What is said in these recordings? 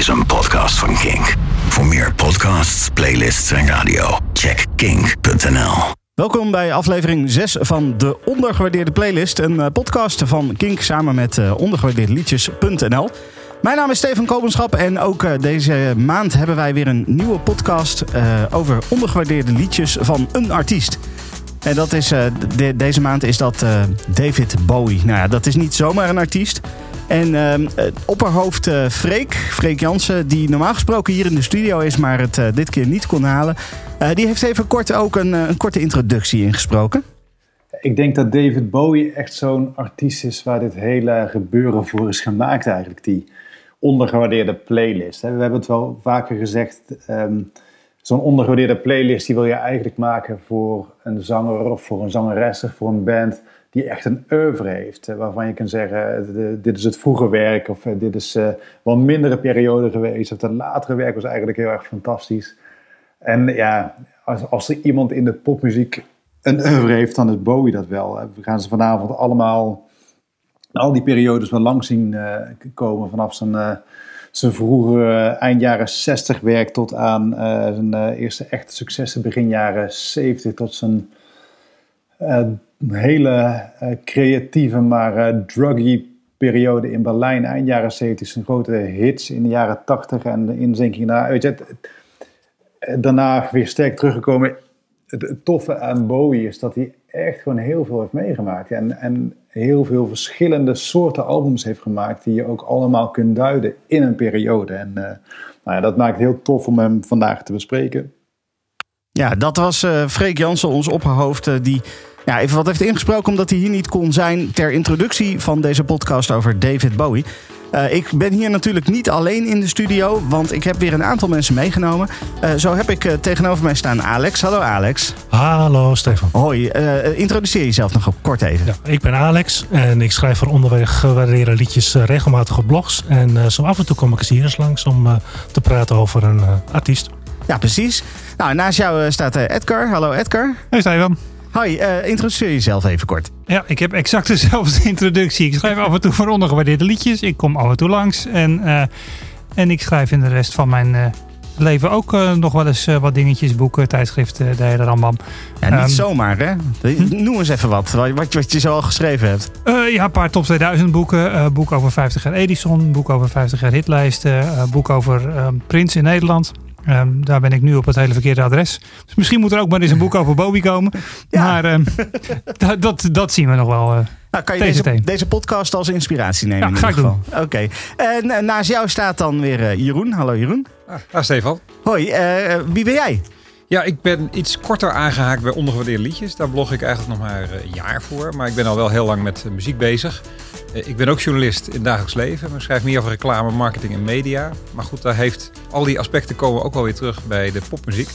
is een podcast van Kink. Voor meer podcasts, playlists en radio, check kink.nl. Welkom bij aflevering 6 van De Ondergewaardeerde Playlist. Een podcast van Kink samen met ondergewaardeerdeliedjes.nl. Mijn naam is Stefan Kobenschap en ook deze maand hebben wij weer een nieuwe podcast over ondergewaardeerde liedjes van een artiest. En dat is, deze maand is dat David Bowie. Nou ja, dat is niet zomaar een artiest. En opperhoofd Freek Jansen, die normaal gesproken hier in de studio is, maar het dit keer niet kon halen. Die heeft even kort ook een korte introductie ingesproken. Ik denk dat David Bowie echt zo'n artiest is waar dit hele gebeuren voor is gemaakt eigenlijk. Die ondergewaardeerde playlist. We hebben het wel vaker gezegd. Zo'n ondergewaardeerde playlist die wil je eigenlijk maken voor een zanger of voor een zangeres of voor een band die echt een oeuvre heeft. Waarvan je kan zeggen, dit is het vroege werk of dit is wel een mindere periode geweest. Of dat latere werk was eigenlijk heel erg fantastisch. En ja, als er iemand in de popmuziek een oeuvre heeft, dan is Bowie dat wel. We gaan ze vanavond allemaal al die periodes wel langs zien komen. Vanaf zijn vroege eind jaren 60 werk tot aan zijn eerste echte successen begin jaren 70. Tot zijn hele creatieve maar druggy periode in Berlijn eind jaren 70. Zijn grote hits in de jaren 80 en de inzinking daarna weer sterk teruggekomen. Het toffe aan Bowie is dat hij echt gewoon heel veel heeft meegemaakt. En heel veel verschillende soorten albums heeft gemaakt die je ook allemaal kunt duiden in een periode. En dat maakt het heel tof om hem vandaag te bespreken. Ja, dat was Freek Jansen, ons opperhoofd, die even wat heeft ingesproken omdat hij hier niet kon zijn ter introductie van deze podcast over David Bowie. Ik ben hier natuurlijk niet alleen in de studio, want ik heb weer een aantal mensen meegenomen. Zo heb ik tegenover mij staan Alex. Hallo Alex. Hallo Stefan. Hoi, introduceer jezelf nog kort even. Ja, ik ben Alex en ik schrijf voor ondergewaardeerde liedjes regelmatig op blogs. En zo af en toe kom ik eens hier eens langs om te praten over een artiest. Ja, precies. Nou, naast jou staat Edgar. Hallo Edgar. Hey Stefan. Hoi, introduceer jezelf even kort. Ja, ik heb exact dezelfde introductie. Ik schrijf af en toe voor ondergewaardeerde liedjes. Ik kom af en toe langs. En ik schrijf in de rest van mijn leven ook nog wel eens wat dingetjes. Boeken, tijdschriften, de hele rambam. Ja, niet zomaar hè? Noem eens even wat je zo al geschreven hebt. Een paar top 2000 boeken. Boek over 50 jaar Edison. Boek over 50 jaar hitlijsten. Boek over Prince in Nederland. Daar ben ik nu op het hele verkeerde adres. Dus misschien moet er ook maar eens een boek over Bowie komen. Ja. Maar dat zien we nog wel. Kan je deze podcast als inspiratie nemen? Ja, ga ik doen. Oké. En naast jou staat dan weer Jeroen. Hallo Jeroen. Stefan. Hoi, wie ben jij? Ja, ik ben iets korter aangehaakt bij ondergewaardeerde liedjes. Daar blog ik eigenlijk nog maar een jaar voor. Maar ik ben al wel heel lang met muziek bezig. Ik ben ook journalist in het dagelijks leven. Ik schrijf meer over reclame, marketing en media. Maar goed, al die aspecten komen ook wel weer terug bij de popmuziek.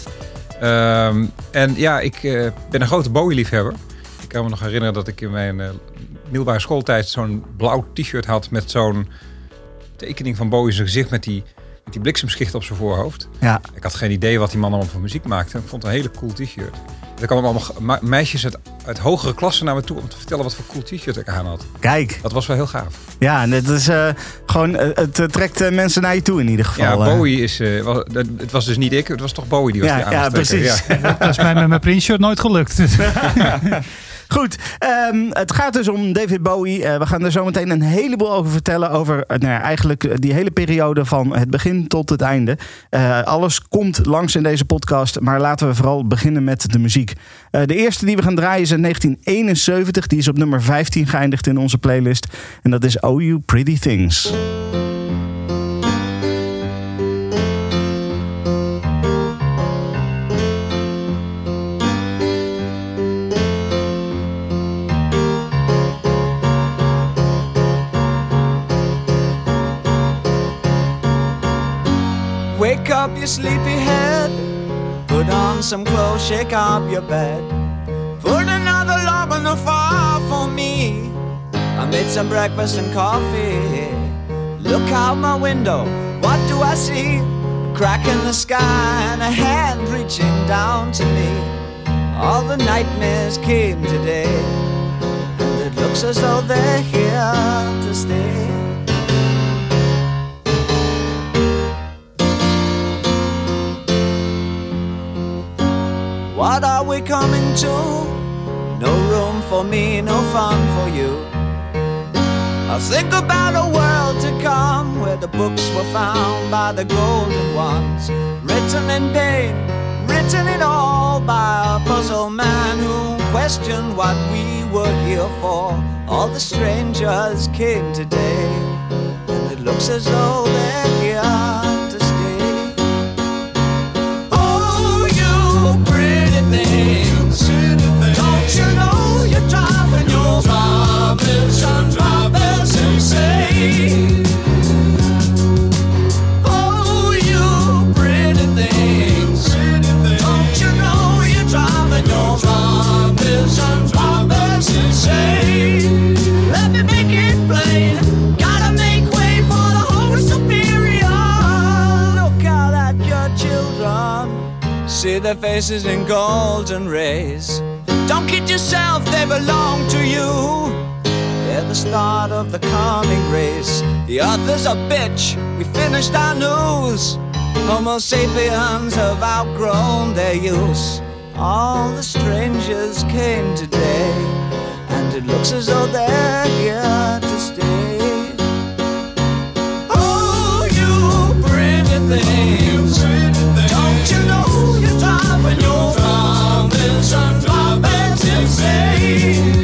Ik ben een grote Bowie-liefhebber. Ik kan me nog herinneren dat ik in mijn middelbare schooltijd zo'n blauw t-shirt had met zo'n tekening van Bowie zijn gezicht met die bliksemschicht op zijn voorhoofd. Ja. Ik had geen idee wat die man allemaal voor muziek maakte. Ik vond het een hele cool t-shirt. Er kwamen allemaal meisjes uit hogere klassen naar me toe om te vertellen wat voor cool t-shirt ik aan had. Kijk. Dat was wel heel gaaf. Ja, en het is gewoon, het trekt mensen naar je toe in ieder geval. Ja, Bowie is, het was dus niet ik, het was toch Bowie die was die aansteker. Ja, precies. Ja. Dat is mij met mijn Prince-shirt nooit gelukt. Goed, het gaat dus om David Bowie. We gaan er zo meteen een heleboel over vertellen. Over eigenlijk die hele periode van het begin tot het einde. Alles komt langs in deze podcast. Maar laten we vooral beginnen met de muziek. De eerste die we gaan draaien is in 1971. Die is op nummer 15 geëindigd in onze playlist. En dat is Oh You Pretty Things. Wake up, you sleepyhead. Put on some clothes, shake up your bed. Put another log on the fire for me. I made some breakfast and coffee. Look out my window, what do I see? A crack in the sky and a hand reaching down to me. All the nightmares came today, and it looks as though they're here to stay. What are we coming to? No room for me, no fun for you. I think about a world to come where the books were found by the golden ones, written in pain, written it all by a puzzle man who questioned what we were here for. All the strangers came today, and it looks as though they're here to stay. Oh, you pretty things, don't you know you're driving your drivers and drivers insane? Oh, you pretty things, don't you know you're driving your drivers and drivers insane? Let me make it plain, gotta make way for the Holy Superior. Look out at your children, see their faces in golden rays. Don't kid yourself, they belong to you. They're the start of the coming race. The author's a bitch, we finished our news. Homo sapiens have outgrown their use. All the strangers came today, and it looks as though they're here to stay. Oh, you pretty things, don't you know you're driving your drivers and drivers insane?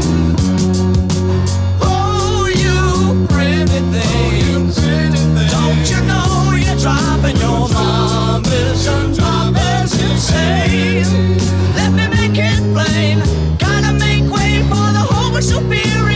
Oh, you pretty things, don't you know you're driving your drivers and drivers insane? Let me make it plain, gotta make way for the Homo Superior.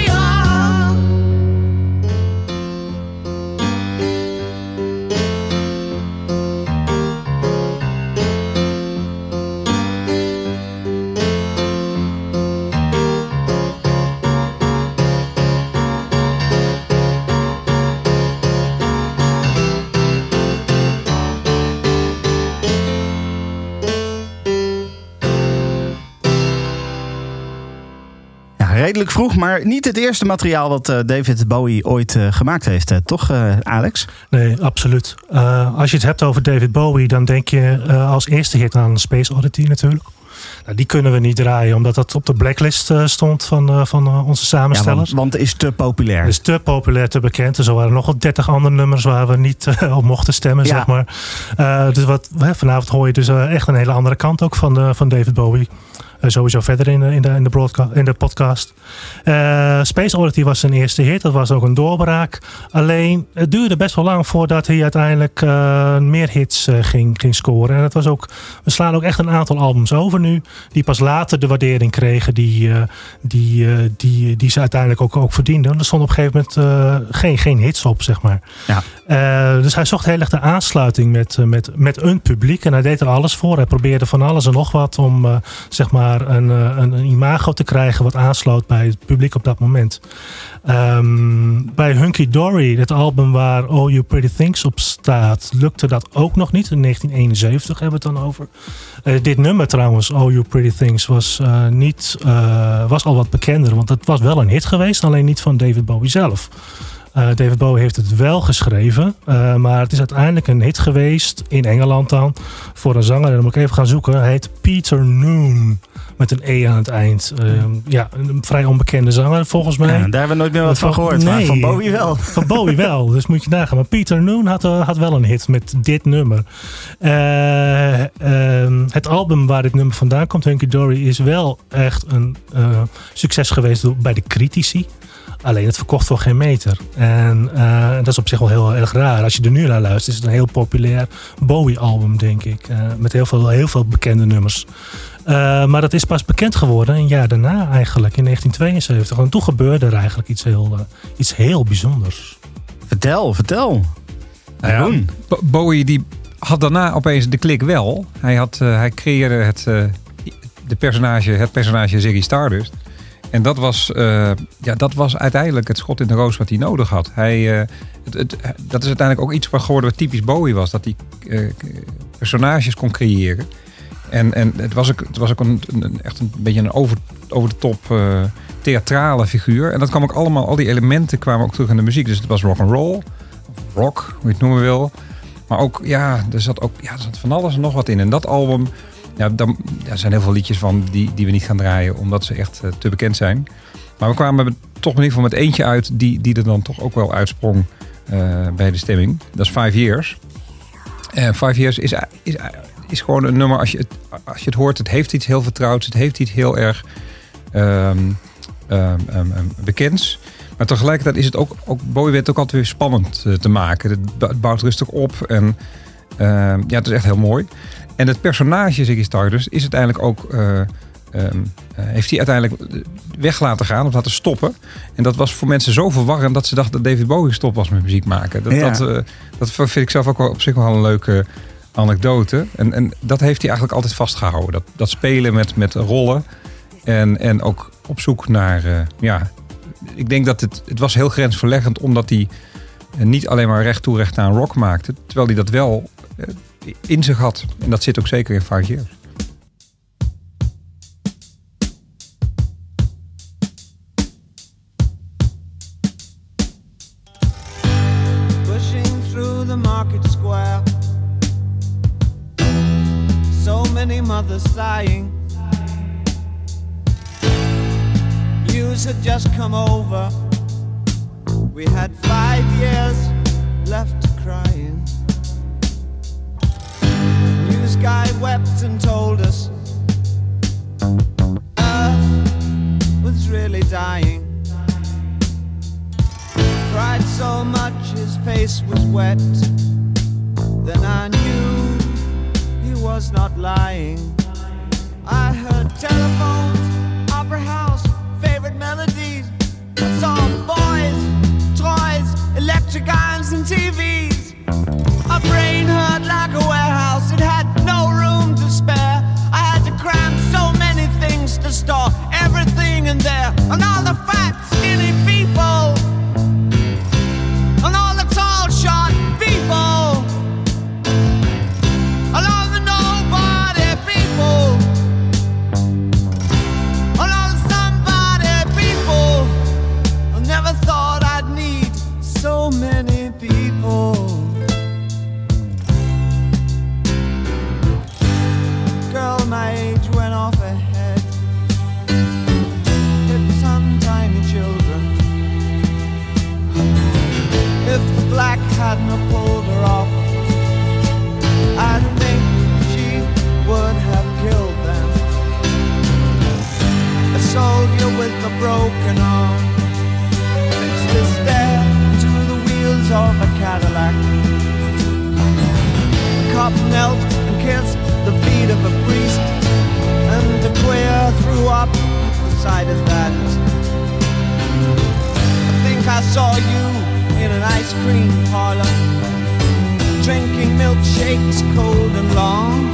Redelijk vroeg, maar niet het eerste materiaal wat David Bowie ooit gemaakt heeft. Toch, Alex? Nee, absoluut. Als je het hebt over David Bowie, dan denk je als eerste hit aan Space Oddity natuurlijk. Nou, die kunnen we niet draaien, omdat dat op de blacklist stond van onze samenstellers. Ja, want het is te populair. Het is te populair, te bekend. Er waren nog wel 30 andere nummers waar we niet op mochten stemmen, zeg maar. Dus vanavond hoor je dus echt een hele andere kant ook van David Bowie. Sowieso verder in de podcast. Space Oddity was zijn eerste hit. Dat was ook een doorbraak. Alleen, het duurde best wel lang voordat hij uiteindelijk meer hits ging scoren. En we slaan ook echt een aantal albums over nu. Die pas later de waardering kregen die ze uiteindelijk ook verdienden. Er stond op een gegeven moment geen hits op, zeg maar. Ja. Dus hij zocht heel erg de aansluiting met een publiek. En hij deed er alles voor. Hij probeerde van alles en nog wat om zeg maar een imago te krijgen wat aansloot bij het publiek op dat moment. Bij Hunky Dory, het album waar All You Pretty Things op staat, lukte dat ook nog niet. In 1971 hebben we het dan over. Dit nummer trouwens, All You Pretty Things, was al wat bekender. Want het was wel een hit geweest, alleen niet van David Bowie zelf. David Bowie heeft het wel geschreven, maar het is uiteindelijk een hit geweest in Engeland dan voor een zanger. En dan moet ik even gaan zoeken. Hij heet Peter Noone met een E aan het eind. Een vrij onbekende zanger volgens mij. Ja, daar hebben we nooit meer wat van gehoord. Nee, maar van Bowie wel. Van Bowie wel, dus moet je nagaan. Maar Peter Noone had wel een hit met dit nummer. Het album waar dit nummer vandaan komt, Hunky Dory, is wel echt een succes geweest bij de critici. Alleen het verkocht voor geen meter. En dat is op zich wel heel erg raar. Als je er nu naar luistert, is het een heel populair Bowie-album, denk ik. Met heel veel bekende nummers. Maar dat is pas bekend geworden een jaar daarna eigenlijk, in 1972. En toen gebeurde er eigenlijk iets heel bijzonders. Vertel. Ja, Bowie die had daarna opeens de klik wel. Hij creëerde het personage Ziggy Stardust. En dat was uiteindelijk het schot in de roos wat hij nodig had. Dat is uiteindelijk ook iets geworden wat typisch Bowie was. Dat hij personages kon creëren. En het was ook echt een beetje een over de top theatrale figuur. En dat kwam ook allemaal, al die elementen kwamen ook terug in de muziek. Dus het was rock'n'roll, rock, hoe je het noemen wil. Maar ook, er zat van alles en nog wat in. En dat album, er zijn heel veel liedjes van die we niet gaan draaien, omdat ze echt te bekend zijn. Maar we kwamen toch in ieder geval met eentje uit die er dan toch ook wel uitsprong bij de stemming. Dat is 5 Years. 5 Years is gewoon een nummer, als je het hoort, het heeft iets heel vertrouwds. Het heeft iets heel erg bekends. Maar tegelijkertijd is het ook Bowie weet ook altijd weer spannend te maken. Het bouwt rustig op en het is echt heel mooi. En het personage Ziggy Stardust is uiteindelijk ook heeft hij uiteindelijk weg laten gaan of laten stoppen. En dat was voor mensen zo verwarrend dat ze dachten dat David Bowie gestopt was met muziek maken. Dat vind ik zelf ook wel op zich wel een leuke anekdote. En dat heeft hij eigenlijk altijd vastgehouden. Dat spelen met rollen en ook op zoek naar... ik denk dat het was heel grensverleggend omdat hij niet alleen maar recht toe recht aan rock maakte. Terwijl hij dat wel in zich had. En dat zit ook zeker in 5 Years. Pushing through the market square, so many mothers sighing. News had just come over. We had 5 years left crying. News guy wept and told us Earth was really dying. Cried so much his face was wet. Then I knew he was not lying. I heard telephones, opera house, favorite melodies. I saw boys, toys, electric irons and TVs. My brain hurt like a warehouse, it had no room to spare. I had to cram so many things to store everything in there. And all the fat, skinny people, and all the tall, short people, and all the nobody people, and all the somebody people. I never thought I'd need so many people. Girl my age went off ahead, hit some tiny children. If the black hadn't have pulled her off, I think she would have killed them. A soldier with a broken arm fixed his stare to the wheels of a Cadillac. A cop knelt and kissed the feet of a priest, and a queer threw up the sight of that. I think I saw you in an ice cream parlor, drinking milkshakes cold and long,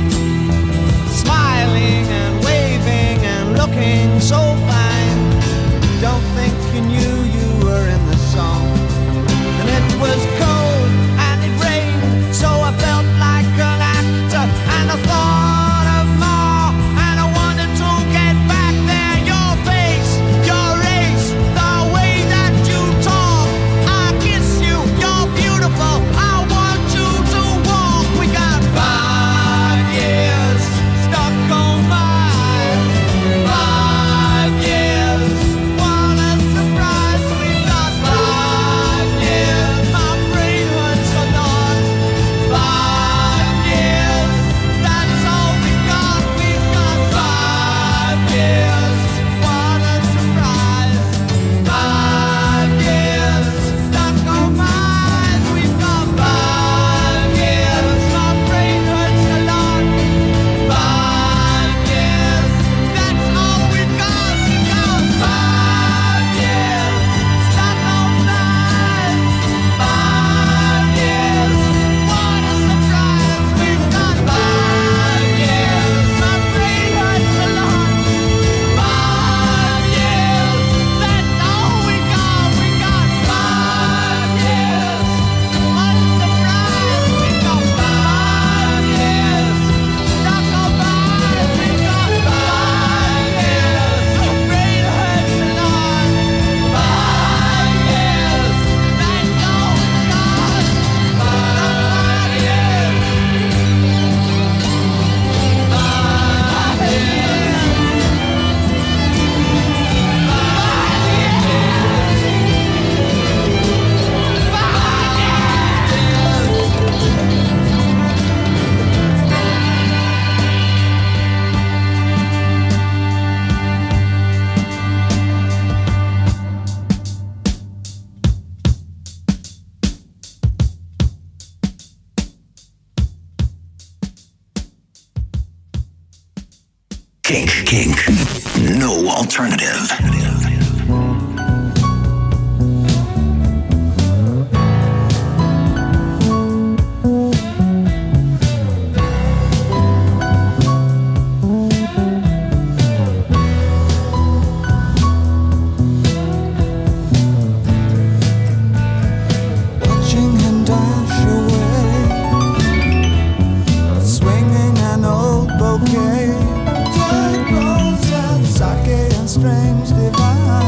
smiling and waving and looking so fine. Don't think you knew you were in the song. And it was cold and it rained, so I felt like an actor, and I thought of more, and I wanted to get back there. Your face, your race, the way that you talk, I kiss you, you're beautiful, I want you to walk. We got 5 years stuck on my 5 years, wanna Kink. No alternative. Strange divine.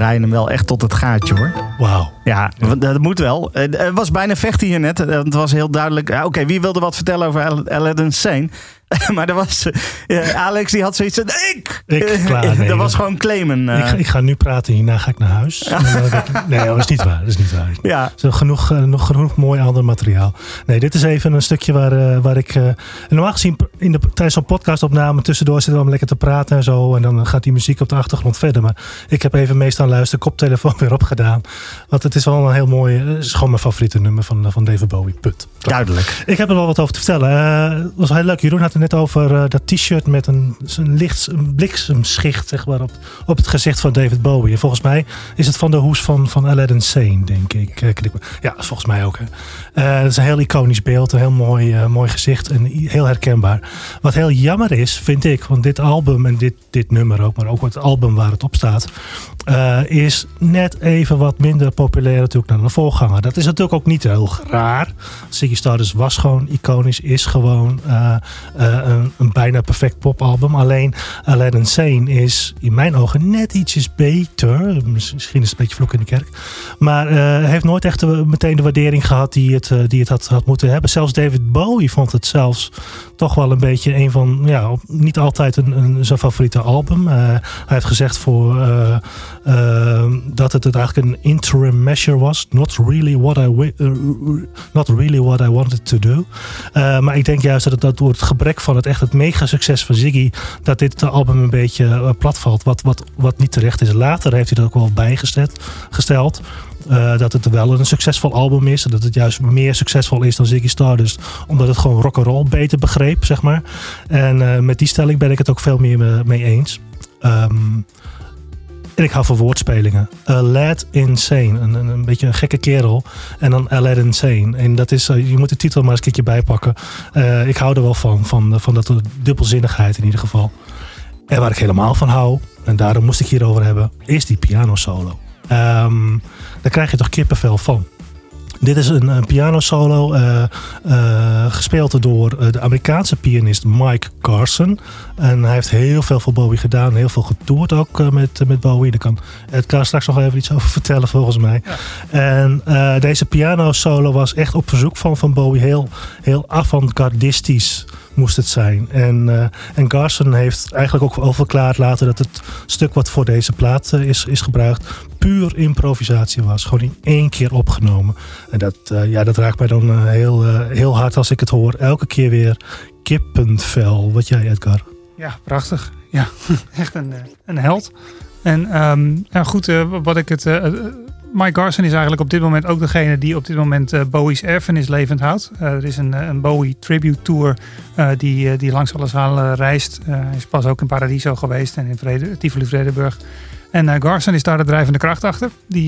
draaien hem wel echt tot het gaatje, hoor. Wauw. Ja, dat moet wel. Het was bijna vechten hier net. Het was heel duidelijk. Oké, wie wilde wat vertellen over Aladdin Sane? Maar er was Alex, die had zoiets van... Dat was gewoon claimen. Ik ga nu praten, hierna ga ik naar huis. Nee, dat is niet waar. Ja. Er is genoeg mooi ander materiaal. Nee, dit is even een stukje waar ik... normaal gezien tijdens zo'n podcastopname tussendoor zitten we lekker te praten en zo. En dan gaat die muziek op de achtergrond verder. Maar ik heb even meestal luisteren, koptelefoon weer opgedaan. Want het is wel een heel mooi... Het is gewoon mijn favoriete nummer van David Bowie. Punt. Duidelijk. Ik heb er wel wat over te vertellen. Het was heel leuk. Jeroen had het net over dat t-shirt met een bliksemschicht, zeg maar, op het gezicht van David Bowie. En volgens mij is het van de hoes van Aladdin Sane, denk ik. Ja, volgens mij ook. Het is een heel iconisch beeld, een heel mooi gezicht en heel herkenbaar. Wat heel jammer is, vind ik, want dit album en dit nummer ook, maar ook het album waar het op staat, is net even wat minder populair natuurlijk dan de voorganger. Dat is natuurlijk ook niet heel raar. Ziggy Stardust was gewoon iconisch, is gewoon een bijna perfect popalbum. Alleen Aladdin Sane is in mijn ogen net ietsjes beter. Misschien is het een beetje vloek in de kerk. Maar heeft nooit echt meteen de waardering gehad die het had moeten hebben. Zelfs David Bowie vond het zelfs toch wel een beetje een van, ja, niet altijd zijn favoriete album. Hij heeft gezegd dat het eigenlijk een interim measure was. Not really what I wanted to do. Maar ik denk juist dat door het gebrek van het mega succes van Ziggy, dat dit album een beetje platvalt. Wat niet terecht is. Later heeft hij dat ook wel bijgesteld. Dat het wel een succesvol album is. En dat het juist meer succesvol is dan Ziggy Stardust. Omdat het gewoon rock'n'roll beter begreep, zeg maar. En met die stelling ben ik het ook veel meer mee eens. En ik hou van woordspelingen. Aladdin Insane. Een beetje een gekke kerel. En dan Aladdin Insane. En dat is, je moet de titel maar eens een keertje bijpakken. Ik hou er wel van dat dubbelzinnigheid in ieder geval. En waar ik helemaal van hou, en daarom moest ik hierover hebben, is die piano solo. Daar krijg je toch kippenvel van. Dit is een pianosolo gespeeld door de Amerikaanse pianist Mike Garson. En hij heeft heel veel voor Bowie gedaan. Heel veel getoerd ook met Bowie. Daar kan Edgar straks nog even iets over vertellen volgens mij. Ja. En deze pianosolo was echt op verzoek van Bowie. Heel avant-gardistisch moest het zijn. En Garson heeft eigenlijk ook al verklaard later dat het stuk wat voor deze plaat is gebruikt puur improvisatie was. Gewoon in 1 keer opgenomen. En dat raakt mij dan heel hard als ik het hoor. Elke keer weer kippenvel. Wat jij, Edgar? Ja, prachtig. Ja, echt een held. En goed, wat ik het... Mike Garson is eigenlijk op dit moment ook degene die op dit moment Bowie's erfenis levend houdt. Er is een Bowie Tribute Tour die langs alle zalen reist. Hij is pas ook in Paradiso geweest en in Tivoli Vredenburg. En Garson is daar de drijvende kracht achter.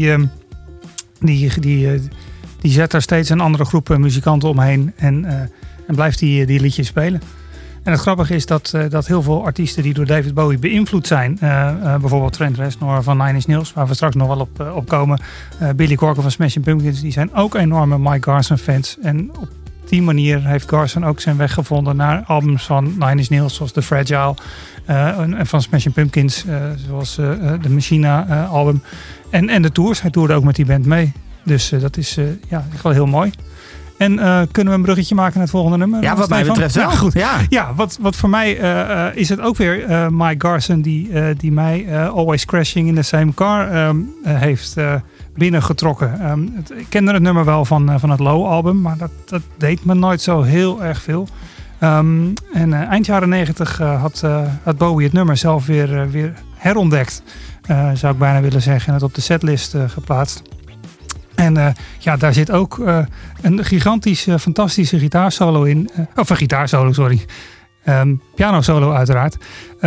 Die zet daar steeds een andere groep muzikanten omheen en blijft die liedjes spelen. En het grappige is dat heel veel artiesten die door David Bowie beïnvloed zijn, bijvoorbeeld Trent Reznor van Nine Inch Nails, waar we straks nog wel op komen, Billy Corgan van Smashing Pumpkins, die zijn ook enorme Mike Garson fans. En op die manier heeft Garson ook zijn weg gevonden naar albums van Nine Inch Nails, zoals The Fragile, en van Smashing Pumpkins, zoals de Machina album. En de tours, hij toerde ook met die band mee. Dus dat is echt wel heel mooi. En kunnen we een bruggetje maken naar het volgende nummer? Ja, wat mij betreft wel. Ja, goed. Ja, wat voor mij is het ook weer Mike Garson die mij Always Crashing in the Same Car heeft binnengetrokken. Ik kende het nummer wel van het Low album, maar dat deed me nooit zo heel erg veel. Eind jaren 90 had Bowie het nummer zelf weer herontdekt. Zou ik bijna willen zeggen. En het op de setlist geplaatst. En daar zit ook een gigantische, fantastische gitaarsolo in. Of een gitaarsolo, sorry. Pianosolo uiteraard.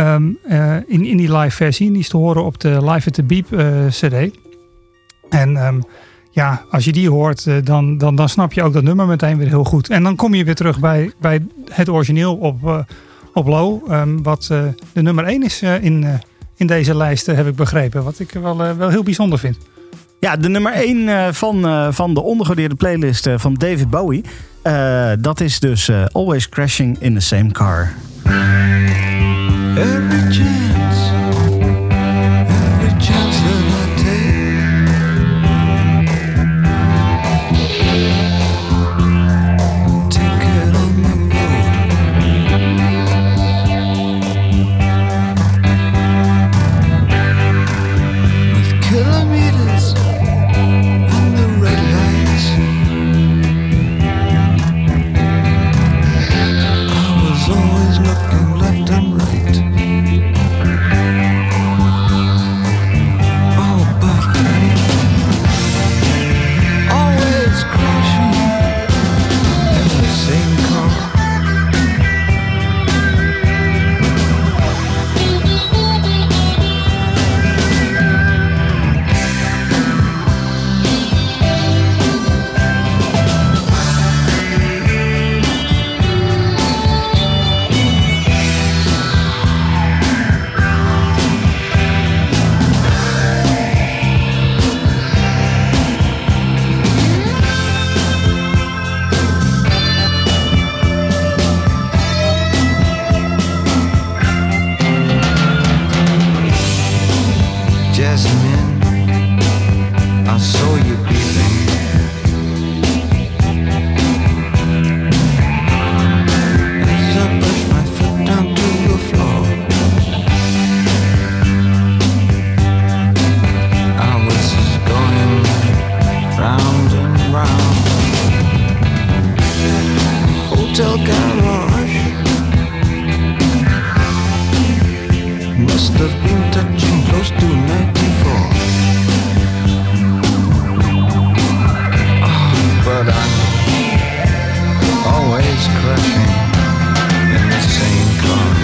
In die live versie. Die is te horen op de Live at the Beep CD. En als je die hoort, dan snap je ook dat nummer meteen weer heel goed. En dan kom je weer terug bij het origineel op Low. Wat de nummer 1 is in deze lijst, heb ik begrepen. Wat ik wel heel bijzonder vind. Ja, de nummer 1 van de ondergewaardeerde playlist van David Bowie. Dat is dus Always Crashing in the Same Car. Every chance that I take beating. As I push my foot down to the floor, I was going round and round. Hotel garage must have been touching close to 94. Oh, but I'm always crashing in the same car.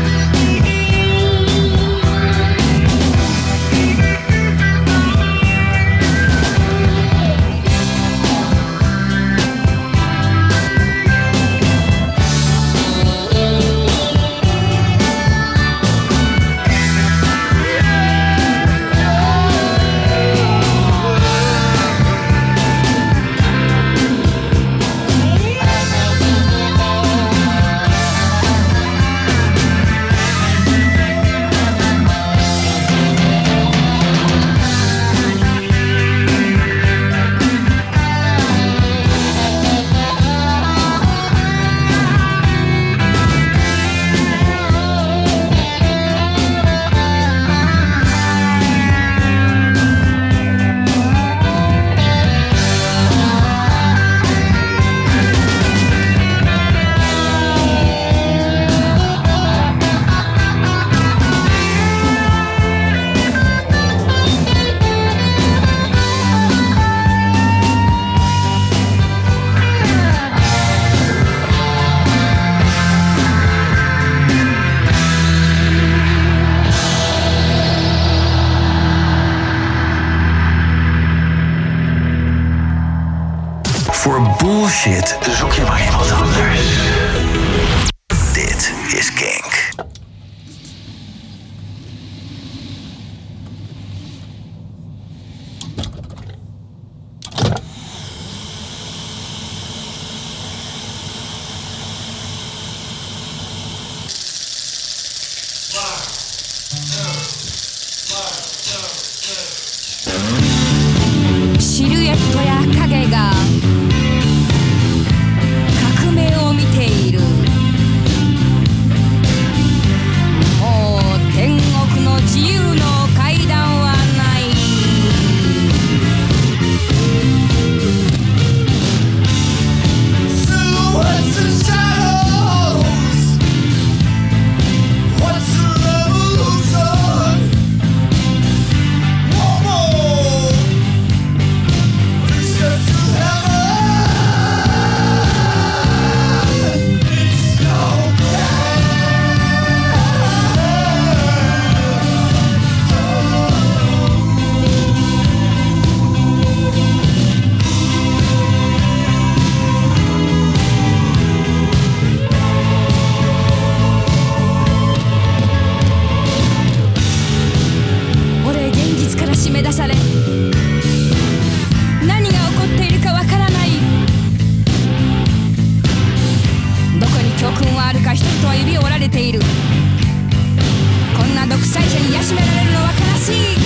Voor bullshit zoek je maar iemand anders. Dit is Kink. Silhouette や影が革命を見ている。もう天国の自由の階段はない。Silhouettes and shadows. What's the revolution? One more. Steps to heaven. It's so bad.俺現実から締め出され、何が起こっているかわからない。どこに教訓はあるか、人々は指を折られている。こんな独裁者に養められるのは悲しい。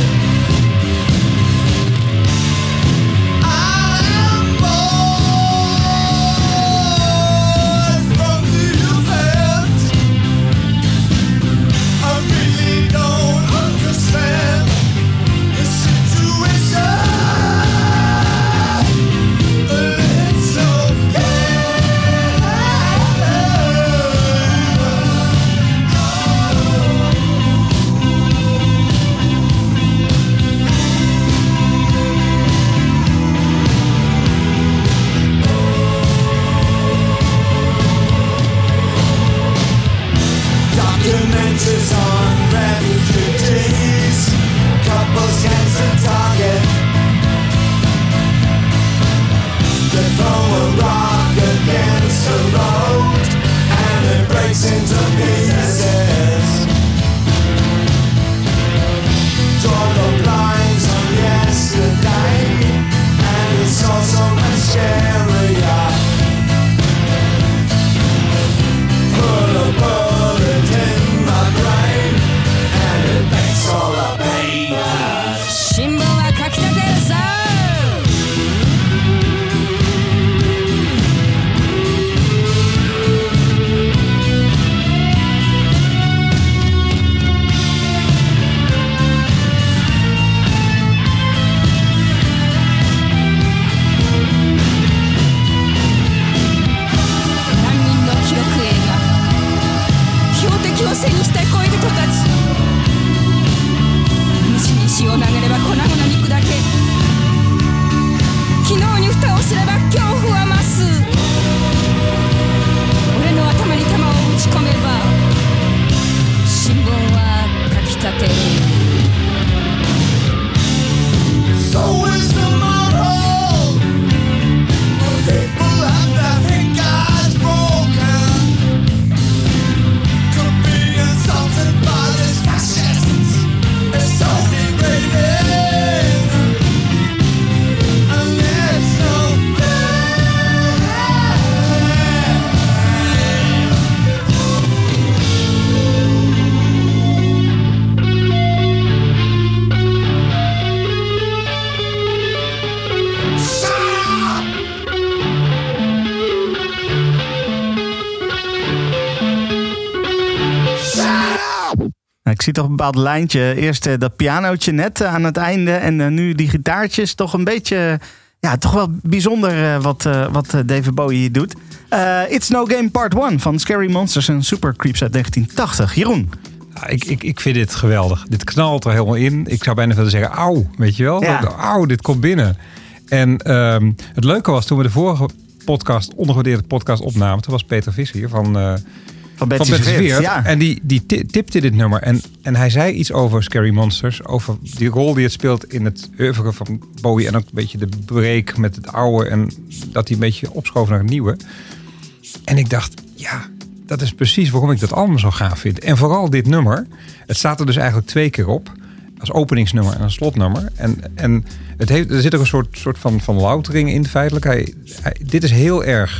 Ik zie toch een bepaald lijntje. Eerst dat pianootje net aan het einde en nu die gitaartjes. Toch een beetje, toch wel bijzonder wat David Bowie hier doet. It's No Game Part 1 van Scary Monsters en Super Creeps uit 1980. Jeroen? Ja, ik vind dit geweldig. Dit knalt er helemaal in. Ik zou bijna willen zeggen, auw, weet je wel? Ja. Auw, dit komt binnen. En het leuke was, toen we de vorige ondergewaardeerde podcast opnamen, toen was Peter Visser hier van Betsy Zweert. Ja. En die tipte dit nummer. En hij zei iets over Scary Monsters. Over die rol die het speelt in het oeuvre van Bowie. En ook een beetje de break met het oude. En dat hij een beetje opschoof naar het nieuwe. En ik dacht, dat is precies waarom ik dat allemaal zo gaaf vind. En vooral dit nummer. Het staat er dus eigenlijk 2 keer op. Als openingsnummer en een slotnummer. En er zit ook een soort van loutering in feitelijk. Dit is heel erg...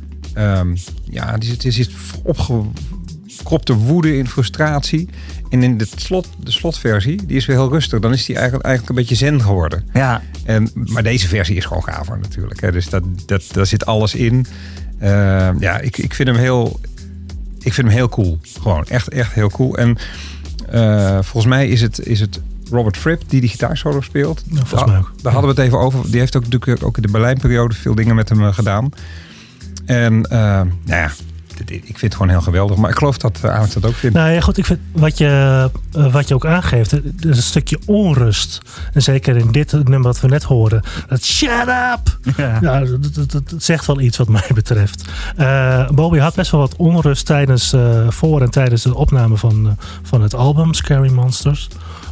er zit opgekropte woede in frustratie. En in de slotversie, die is weer heel rustig. Dan is die eigenlijk een beetje zen geworden. Ja. Maar deze versie is gewoon gaver natuurlijk. Hè. Dus daar zit alles in. Ik vind hem heel cool. Gewoon echt heel cool. En volgens mij is het Robert Fripp die gitaarsolo speelt. Ja, volgens mij ook. Daar hadden we het even over. Die heeft ook natuurlijk ook in de Berlijnperiode veel dingen met hem gedaan. En ik vind het gewoon heel geweldig. Maar ik geloof dat Alex dat ook vindt. Nou ja, goed. Ik vind wat je ook aangeeft. Er is een stukje onrust. En zeker in dit nummer wat we net hoorden. Dat shut up! Ja, dat zegt wel iets wat mij betreft. Bowie had best wel wat onrust voor en tijdens de opname van het album Scary Monsters.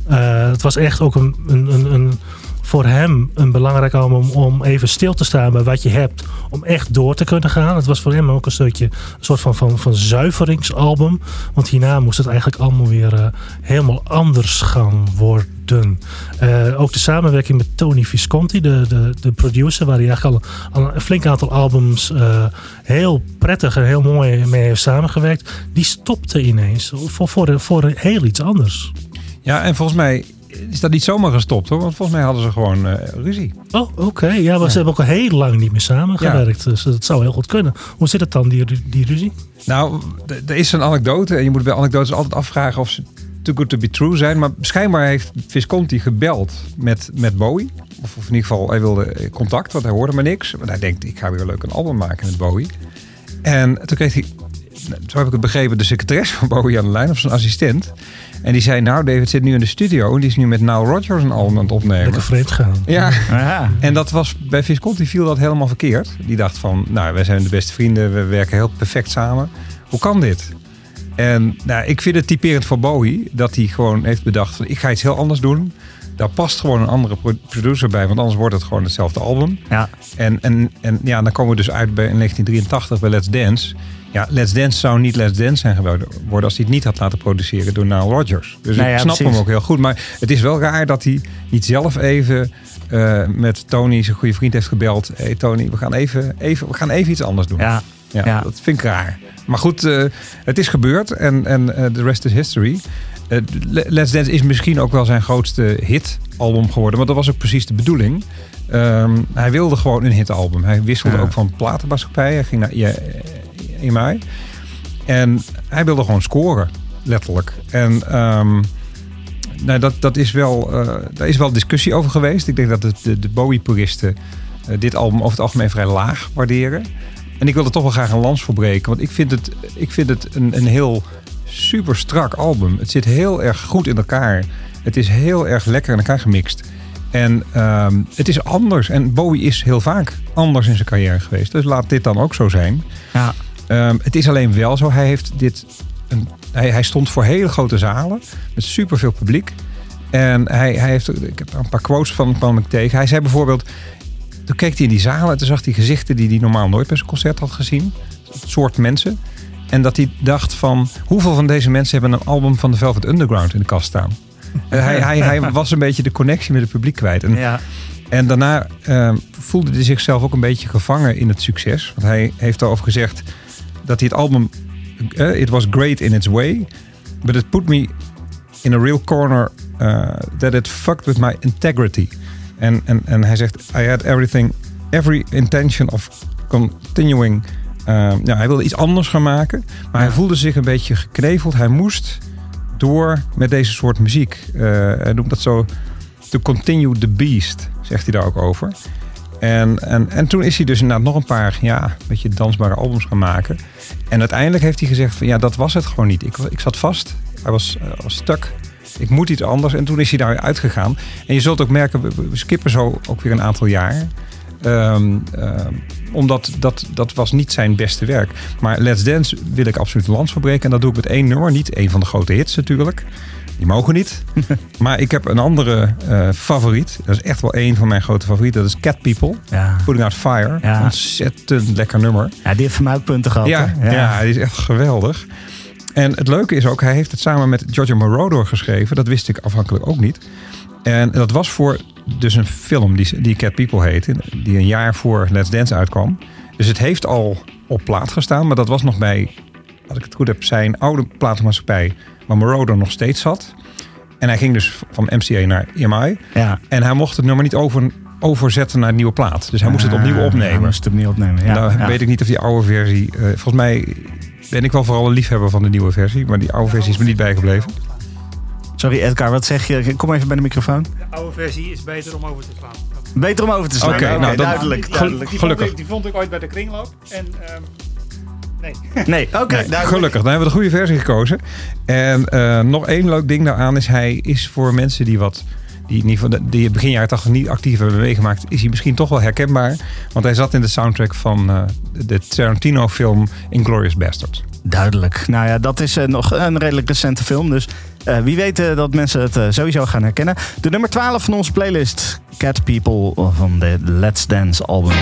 Het was echt ook een voor hem een belangrijk album om even stil te staan bij wat je hebt. Om echt door te kunnen gaan. Het was voor hem ook een soort van zuiveringsalbum. Want hierna moest het eigenlijk allemaal weer helemaal anders gaan worden. Ook de samenwerking met Tony Visconti, de producer, waar hij eigenlijk al een flink aantal albums heel prettig en heel mooi mee heeft samengewerkt. Die stopte ineens voor heel iets anders. Ja, en volgens mij is dat niet zomaar gestopt hoor. Want volgens mij hadden ze gewoon ruzie. Oh, oké. Ja, maar ze hebben ook al heel lang niet meer samengewerkt. Ja. Dus dat zou heel goed kunnen. Hoe zit het dan, die ruzie? Nou, er is een anekdote. En je moet bij anekdotes altijd afvragen of ze too good to be true zijn. Maar schijnbaar heeft Visconti gebeld met Bowie. Of in ieder geval, hij wilde contact. Want hij hoorde maar niks. Want hij denkt, ik ga weer leuk een album maken met Bowie. En toen kreeg hij, zo heb ik het begrepen, de secretaresse van Bowie aan de lijn. Of zijn assistent. En die zei, nou, David zit nu in de studio en die is nu met Nile Rodgers een album aan het opnemen. Lekker vreemd gaan. Ja. En dat was, bij Visconti viel dat helemaal verkeerd. Die dacht van, nou, wij zijn de beste vrienden, we werken heel perfect samen. Hoe kan dit? En ik vind het typerend voor Bowie dat hij gewoon heeft bedacht van, ik ga iets heel anders doen. Daar past gewoon een andere producer bij, want anders wordt het gewoon hetzelfde album. Ja. En dan komen we dus uit bij in 1983 bij Let's Dance. Ja, Let's Dance zou niet Let's Dance zijn geworden als hij het niet had laten produceren door Nile Rodgers. Dus ik snap hem ook heel goed. Maar het is wel raar dat hij niet zelf even met Tony, zijn goede vriend, heeft gebeld. Hey Tony, we gaan even iets anders doen. Ja. Dat vind ik raar. Maar goed, het is gebeurd en the rest is history. Let's Dance is misschien ook wel zijn grootste hitalbum geworden. Want dat was ook precies de bedoeling. Hij wilde gewoon een hitalbum. Hij wisselde ook van platenmaatschappij. Hij ging naar EMI. En hij wilde gewoon scoren, letterlijk. En daar is wel discussie over geweest. Ik denk dat de Bowie-puristen dit album over het algemeen vrij laag waarderen. En ik wil er toch wel graag een lans voor breken. Want ik vind het een heel super strak album. Het zit heel erg goed in elkaar. Het is heel erg lekker in elkaar gemixt. En het is anders. En Bowie is heel vaak anders in zijn carrière geweest. Dus laat dit dan ook zo zijn. Ja. Het is alleen wel zo. Hij stond voor hele grote zalen. Met superveel publiek. En ik heb een paar quotes van hem tegen. Hij zei bijvoorbeeld, toen keek hij in die zalen en toen zag hij gezichten die hij normaal nooit bij zijn concert had gezien. Het soort mensen. En dat hij dacht van, hoeveel van deze mensen hebben een album van The Velvet Underground in de kast staan? Hij was een beetje de connectie met het publiek kwijt. En daarna voelde hij zichzelf ook een beetje gevangen in het succes. Want hij heeft daarover gezegd dat hij het album, it was great in its way, but it put me in a real corner that it fucked with my integrity. En hij zegt, I had every intention of continuing. Hij wilde iets anders gaan maken, maar hij voelde zich een beetje gekneveld. Hij moest door met deze soort muziek. Hij noemt dat zo to continue the beast, zegt hij daar ook over. En toen is hij dus inderdaad nog een paar beetje dansbare albums gaan maken. En uiteindelijk heeft hij gezegd van dat was het gewoon niet. Ik zat vast, hij was stuk. Ik moet iets anders. En toen is hij daar uitgegaan. En je zult ook merken, we skippen zo ook weer een aantal jaar. Omdat dat was niet zijn beste werk. Maar Let's Dance wil ik absoluut een lans verbreken. En dat doe ik met 1 nummer. Niet één van de grote hits natuurlijk. Die mogen niet. Maar ik heb een andere favoriet. Dat is echt wel één van mijn grote favorieten. Dat is Cat People. Ja. Putting Out Fire. Ja. Ontzettend lekker nummer. Ja, die heeft van mij ook punten gehad. Ja, die is echt geweldig. En het leuke is ook, hij heeft het samen met Giorgio Moroder geschreven. Dat wist ik afhankelijk ook niet. En dat was voor dus een film die Cat People heette. Die een jaar voor Let's Dance uitkwam. Dus het heeft al op plaat gestaan. Maar dat was nog bij, als ik het goed heb, zijn oude platenmaatschappij. Waar Moroder nog steeds zat. En hij ging dus van MCA naar EMI. Ja. En hij mocht het nummer niet overzetten naar een nieuwe plaat. Dus hij moest het opnieuw opnemen. Hij moest het opnieuw opnemen, ja. Nou weet ik niet of die oude versie... volgens mij ben ik wel vooral een liefhebber van de nieuwe versie. Maar die oude versie is me niet bijgebleven. Sorry Edgar, wat zeg je? Kom even bij de microfoon. De oude versie is beter om over te slaan. Beter om over te slaan? Oké, nou, duidelijk. Gelukkig. Die vond ik ooit bij de kringloop. En... Nee, oké. Gelukkig, dan hebben we de goede versie gekozen. En nog één leuk ding daaraan is... hij is voor mensen die begin jaren 80 niet actief hebben meegemaakt... is hij misschien toch wel herkenbaar. Want hij zat in de soundtrack van de Tarantino-film Inglourious Basterds. Duidelijk. Nou ja, dat is nog een redelijk recente film. Dus wie weet dat mensen het sowieso gaan herkennen. De nummer 12 van onze playlist. Cat People van de Let's Dance album.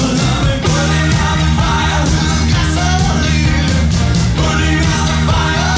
Fire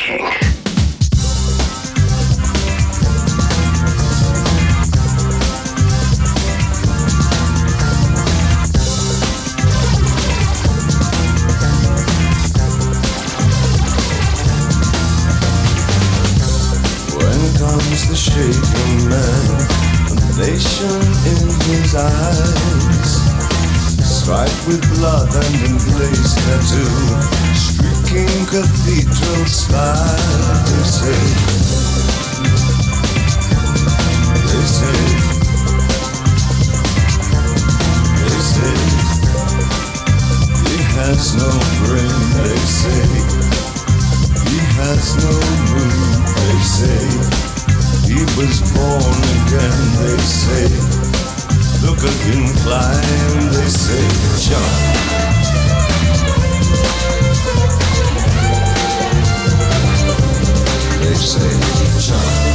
Kink. Comes the shaking man, a nation in his eyes, striped with blood and emblazed tattoo, streaking cathedral spire. They say, he has no brain. They say, he has no mood. They say, he was born again. They say, look at him climb. They say, jump. They say, jump.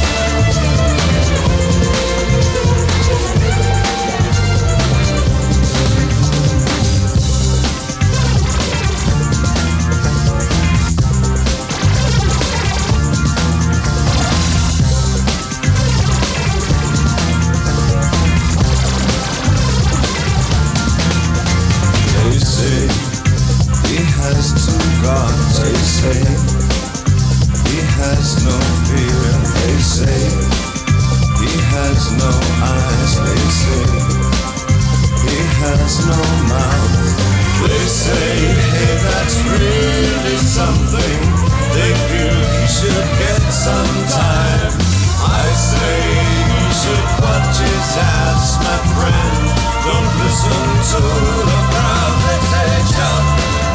They say he has no fear. They say he has no eyes. They say he has no mouth. They say, hey, that's really something. They feel he should get some time. I say he should watch his ass, my friend. Don't listen to the crowd. They say, jump.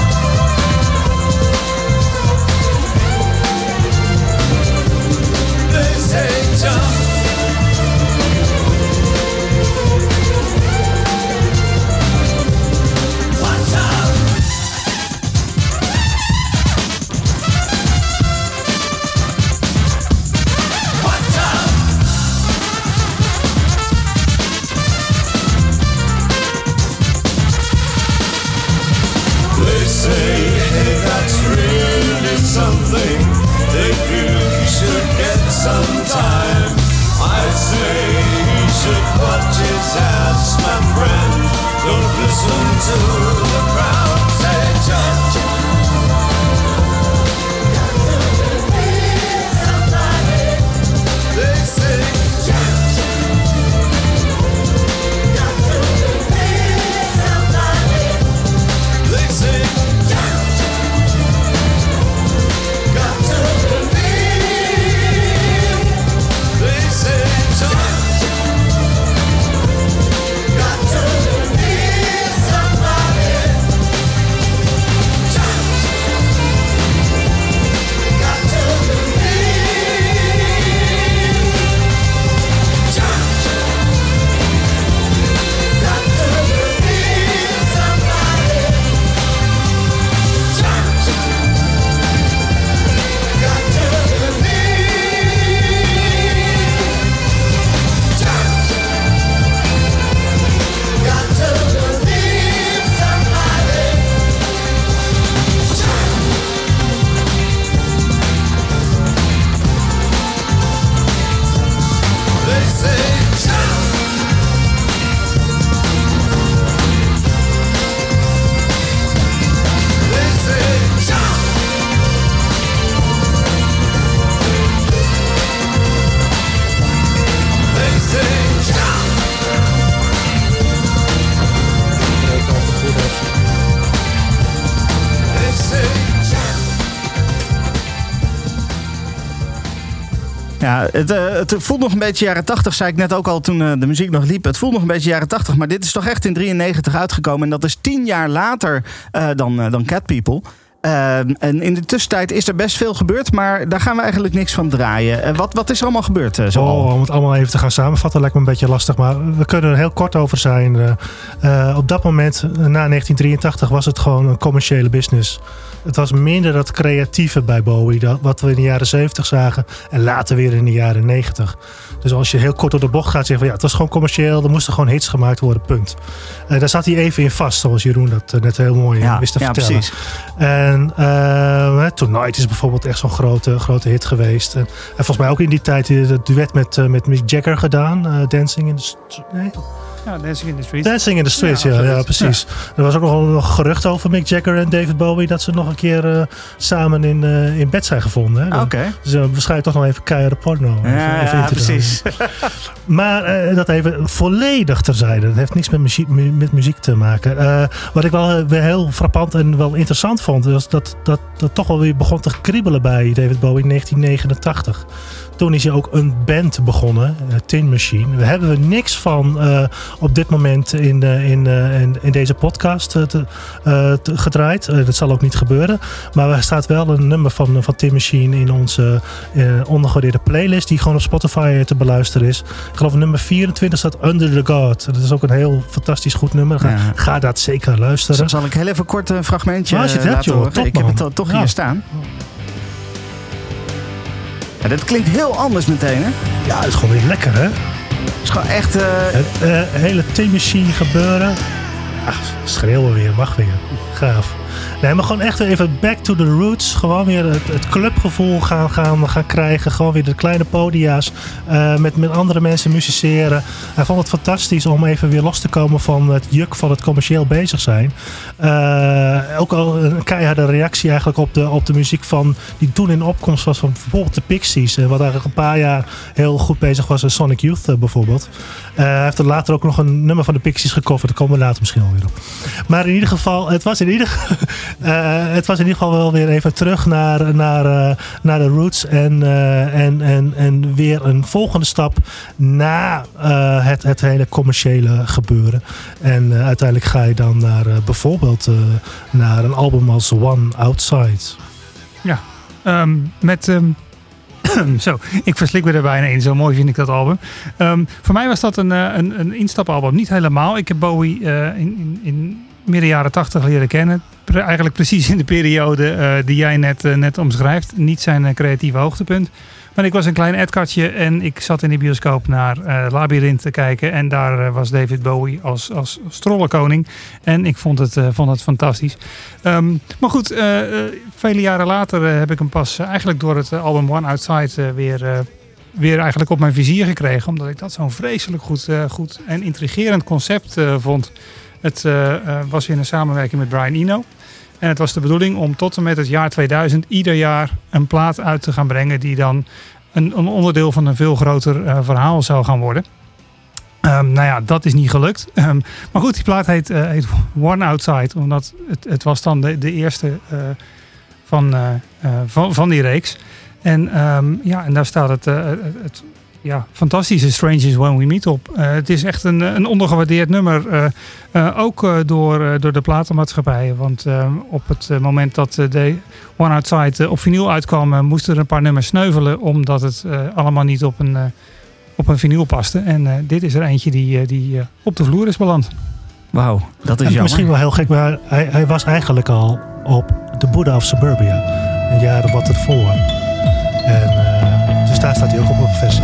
Sometime I say he should watch his ass, my friend. Don't listen to the crowd. Say jump. Got to believe somebody. They say jump. Got to believe somebody. They say jump. Got to believe. Ja, het voelt nog een beetje jaren 80, zei ik net ook al toen de muziek nog liep. Het voelt nog een beetje jaren 80, maar dit is toch echt in 93 uitgekomen. En dat is 10 jaar later dan Cat People. En in de tussentijd is er best veel gebeurd, maar daar gaan we eigenlijk niks van draaien. Wat is er allemaal gebeurd? Om het allemaal even te gaan samenvatten lijkt me een beetje lastig, maar we kunnen er heel kort over zijn. Op dat moment, na 1983, was het gewoon een commerciële business. Het was minder dat creatieve bij Bowie, wat we in de jaren 70 zagen en later weer in de jaren 90. Dus als je heel kort door de bocht gaat zeggen van ja, het was gewoon commercieel, er moesten gewoon hits gemaakt worden, punt. Daar zat hij even in vast, zoals Jeroen dat net heel mooi wist te vertellen. Precies. En Tonight is bijvoorbeeld echt zo'n grote hit geweest. En volgens mij ook in die tijd het duet met Mick Jagger gedaan. Dancing in the Streets. Dancing in the Streets, ja precies. Ja. Er was ook nog gerucht over Mick Jagger en David Bowie dat ze nog een keer samen in bed zijn gevonden. Hè? Okay. Dus waarschijnlijk toch nog even keiharde porno. Ja, precies. Maar dat even volledig terzijde. Dat heeft niks met muziek te maken. Wat ik wel weer heel frappant en wel interessant vond, was dat toch wel weer begon te kriebelen bij David Bowie in 1989. Toen is hij ook een band begonnen, Tin Machine. Daar hebben we niks van op dit moment in deze podcast gedraaid. Dat zal ook niet gebeuren. Maar er staat wel een nummer van Tin Machine in onze ondergewaardeerde playlist, die gewoon op Spotify te beluisteren is. Ik geloof nummer 24 staat Under the God. Dat is ook een heel fantastisch goed nummer. Ga dat zeker luisteren. Zal ik heel even kort een fragmentje als je het hebt, joh, top, ik heb het toch hier staan. Ja, dat klinkt heel anders meteen, hè? Ja, het is gewoon weer lekker, hè? Het is gewoon echt... Het hele Tin Machine gebeuren. Ja, schreeuwen weer, mag weer. Gaaf. Nee, maar gewoon echt even back to the roots. Gewoon weer het clubgevoel gaan krijgen. Gewoon weer de kleine podia's. Met andere mensen musiceren. Hij vond het fantastisch om even weer los te komen van het juk van het commercieel bezig zijn. Ook al een keiharde reactie eigenlijk op de muziek van die toen in opkomst was van bijvoorbeeld de Pixies. Wat eigenlijk een paar jaar heel goed bezig was. Sonic Youth bijvoorbeeld. Hij heeft er later ook nog een nummer van de Pixies gecoverd. Daar komen we later misschien alweer op. Maar in ieder geval, het was in ieder geval wel weer even terug naar de roots. En weer een volgende stap na het hele commerciële gebeuren. En uiteindelijk ga je dan naar bijvoorbeeld naar een album als One Outside. Ja, zo, ik verslik me er bijna in. Zo mooi vind ik dat album. Voor mij was dat een instapalbum. Niet helemaal. Ik heb Bowie in midden jaren 80 leren kennen. Eigenlijk precies in de periode die jij net omschrijft. Niet zijn creatieve hoogtepunt. Maar ik was een klein Edkartje en ik zat in de bioscoop naar Labyrinth te kijken. En daar was David Bowie als strollenkoning. En ik vond het fantastisch. Maar goed, vele jaren later heb ik hem pas eigenlijk door het album One Outside weer eigenlijk op mijn vizier gekregen. Omdat ik dat zo'n vreselijk goed en intrigerend concept vond. Het was weer een samenwerking met Brian Eno. En het was de bedoeling om tot en met het jaar 2000 ieder jaar een plaat uit te gaan brengen die dan een onderdeel van een veel groter verhaal zou gaan worden. Nou ja, dat is niet gelukt. Maar goed, die plaat heet One Outside, omdat het was dan de eerste van die reeks. En daar staat het fantastische Strange is When We Meet op. Het is echt een ondergewaardeerd nummer. Ook door de platenmaatschappijen. Want op het moment dat de One Outside op vinyl uitkwam, moesten er een paar nummers sneuvelen. Omdat het allemaal niet op een vinyl paste. En dit is er eentje die op de vloer is beland. Wauw, dat is jammer. Misschien wel heel gek, maar hij was eigenlijk al op de Buddha of Suburbia. Een jaar of wat ervoor. En dus daar staat hij ook op versie.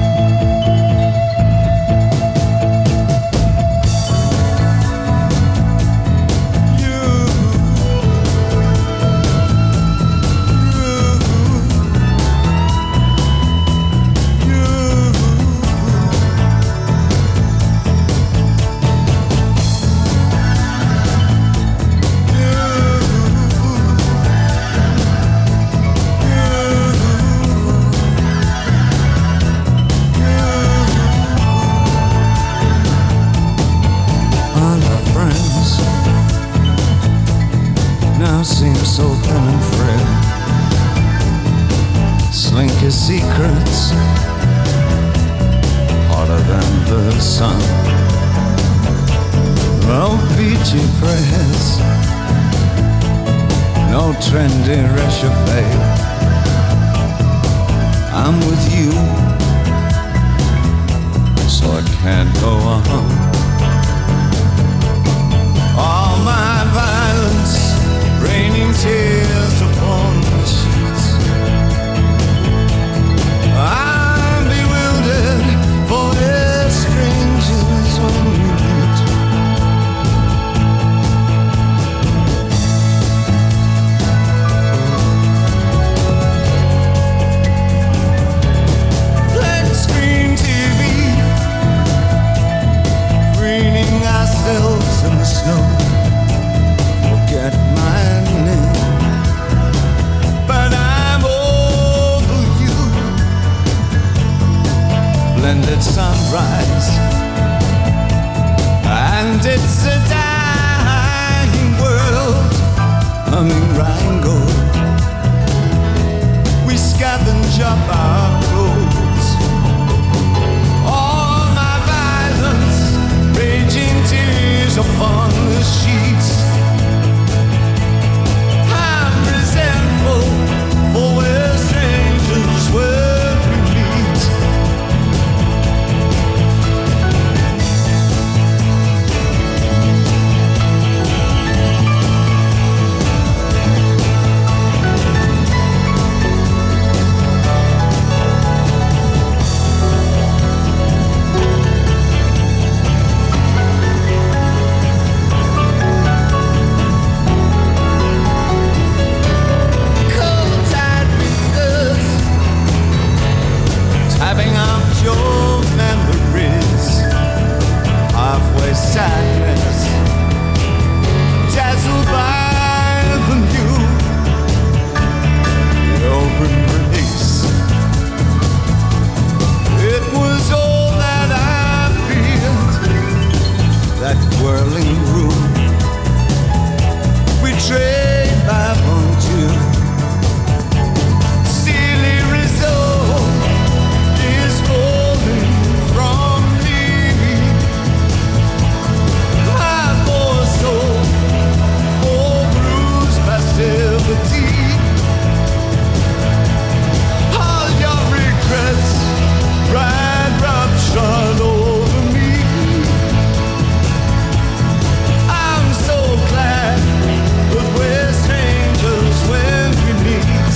Seems so thin and frail. Slink his secrets harder than the sun. No peachy prayers, no trendy réchauffé. I'm with you, so it can't go on. All my violence, raining tears upon the sheets. I'm bewildered, for they're strangers when we meet. splendid sunrise, and it's a dying world, humming Rheingold. We scavenge up our clothes, all my violence, raging tears upon the sheets. I'm resentful for where strangers were we meet. Tapping out your memories, halfway sadness, dazzled by the new, the open release. It was all that I feared, that whirling room, betrayed by Bonjour. Steely resolve is falling from me. My poor soul, all bruised passivity. All your regrets, ride roughshod over me. I'm so glad that we're strangers when we meet.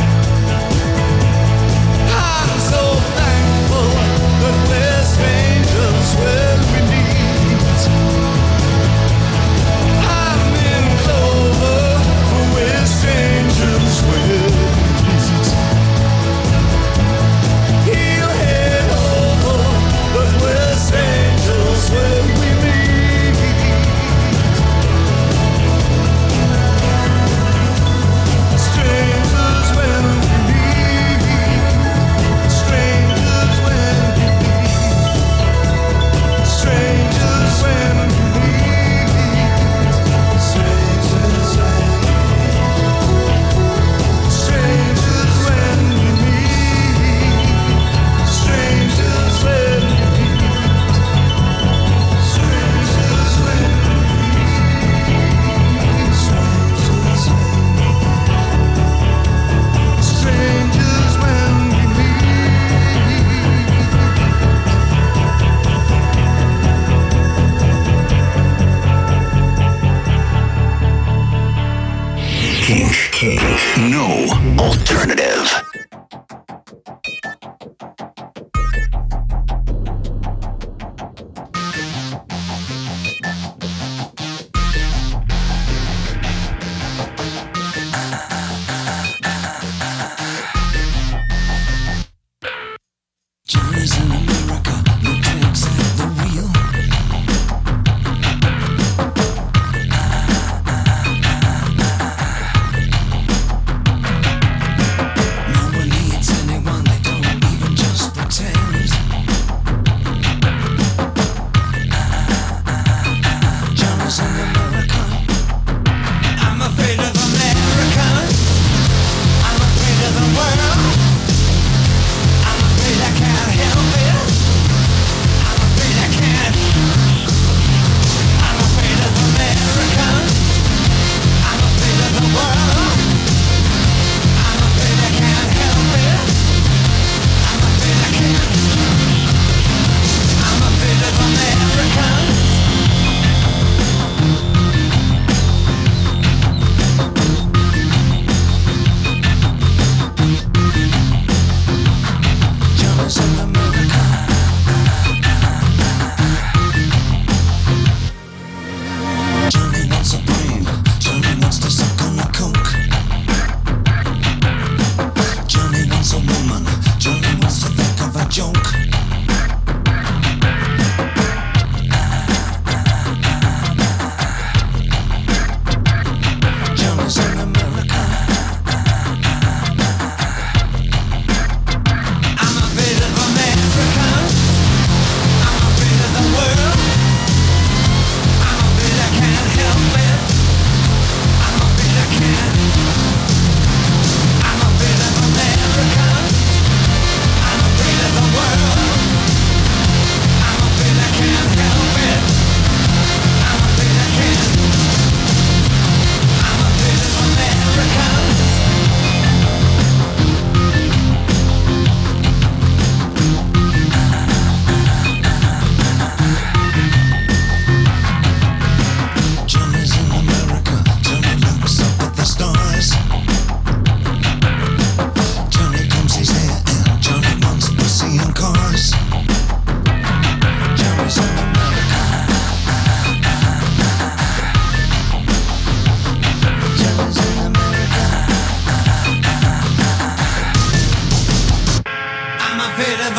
I'm so thankful that we're strangers when we meet. I'm in clover, but we're strangers when we meet. He'll head over, but we're strangers when we meet. Strangers when we meet. Strangers when we meet. Strangers when we meet. Strangers when Strangers when we meet. Strangers when we meet. Strangers when Strangers when we Kink. No alternative. Johnny's in America, no tricks at the wheel. No one needs anyone, they don't even just pretend. Johnny's in America. I'm afraid of America. I'm afraid of the world. I'm afraid I can't help it.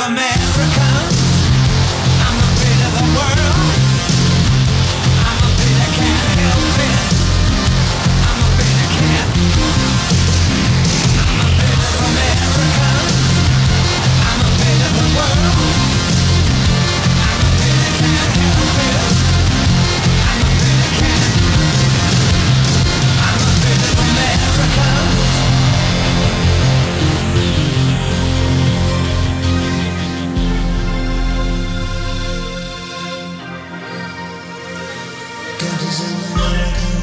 American. I'm afraid of the world. I'm afraid I can't help it. I'm afraid I can't. I'm afraid of American. I'm afraid of the world. I'm afraid I can't help it. I'm afraid I can't. I'm afraid of America. God is an American.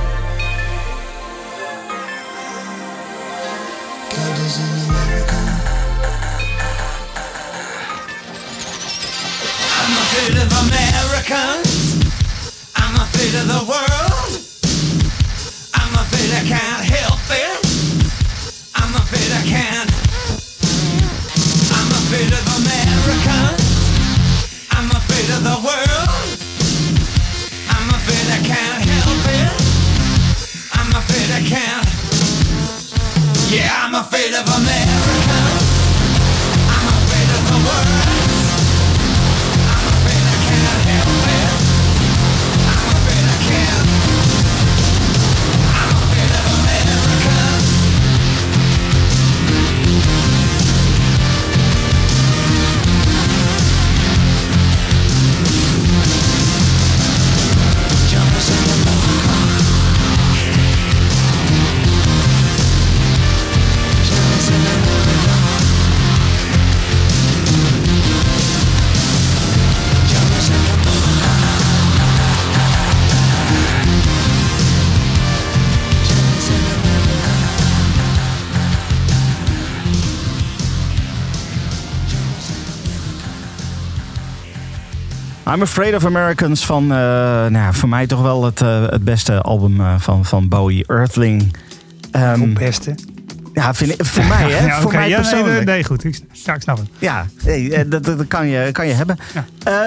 God is an American. I'm afraid of Americans. I'm afraid of the world. I'm afraid I can't help it. I'm afraid I can't. I'm afraid of Americans. I'm afraid of the world. I'm afraid I can't help it. I'm afraid I can't. Yeah, I'm afraid of America. I'm afraid of the world. I'm afraid I can't help it. I'm afraid I can't. I'm afraid of America. Jumpers in the America. Jumpers in America. Jumpers in America. Jumpers in America. I'm Afraid of Americans van, voor mij toch wel het beste album van Bowie, Earthling. Hoe beste? Ja, voor mij, hè? Ja, voor mij persoonlijk. Nee, goed. Ik snap het. Ja, dat kan je hebben. Ja.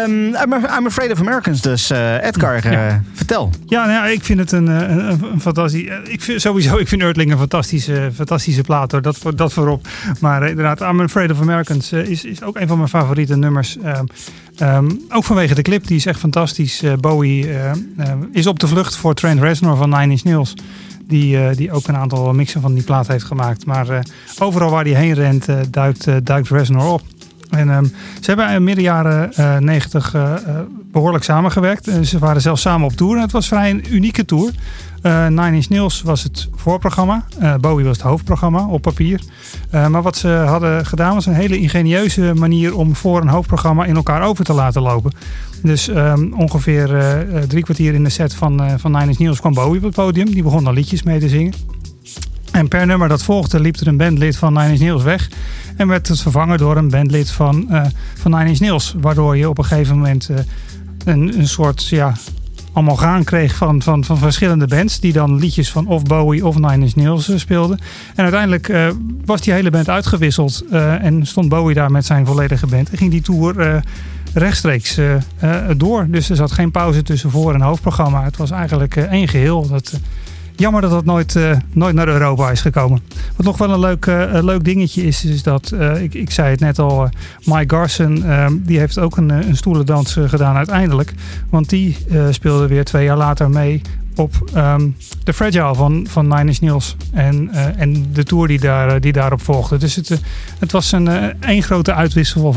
I'm Afraid of Americans dus. Edgar, vertel. Ja, nou ja, ik vind het een fantastisch... Ik vind Earthling een fantastische plaat, hoor. Dat voorop. Maar inderdaad, I'm Afraid of Americans is ook een van mijn favoriete nummers. Ook vanwege de clip, die is echt fantastisch. Bowie is op de vlucht voor Trent Reznor van Nine Inch Nails. Die ook een aantal mixen van die plaat heeft gemaakt. Maar overal waar hij heen rent, duikt Reznor op. En ze hebben midden jaren 90 behoorlijk samengewerkt. Ze waren zelfs samen op tour. Het was vrij een unieke tour. Nine Inch Nails was het voorprogramma. Bowie was het hoofdprogramma op papier. Maar wat ze hadden gedaan was een hele ingenieuze manier om voor een hoofdprogramma in elkaar over te laten lopen. Dus ongeveer 3 kwartier in de set van Nine Inch Nails kwam Bowie op het podium. Die begon dan liedjes mee te zingen. En per nummer dat volgde liep er een bandlid van Nine Inch Nails weg. En werd het vervangen door een bandlid van Nine Inch Nails. Waardoor je op een gegeven moment een soort amalgaam kreeg van verschillende bands. Die dan liedjes van of Bowie of Nine Inch Nails speelden. En uiteindelijk was die hele band uitgewisseld. En stond Bowie daar met zijn volledige band. En ging die tour rechtstreeks door. Dus er zat geen pauze tussen voor- en hoofdprogramma. Het was eigenlijk één geheel. Jammer dat dat nooit naar Europa is gekomen. Wat nog wel een leuk dingetje is dat, ik zei het net al, Mike Garson, die heeft ook een stoelendans gedaan uiteindelijk. Want die speelde weer 2 jaar later mee op The Fragile van Nine Inch Nails. En de tour die daarop volgde. Dus het was één grote uitwissel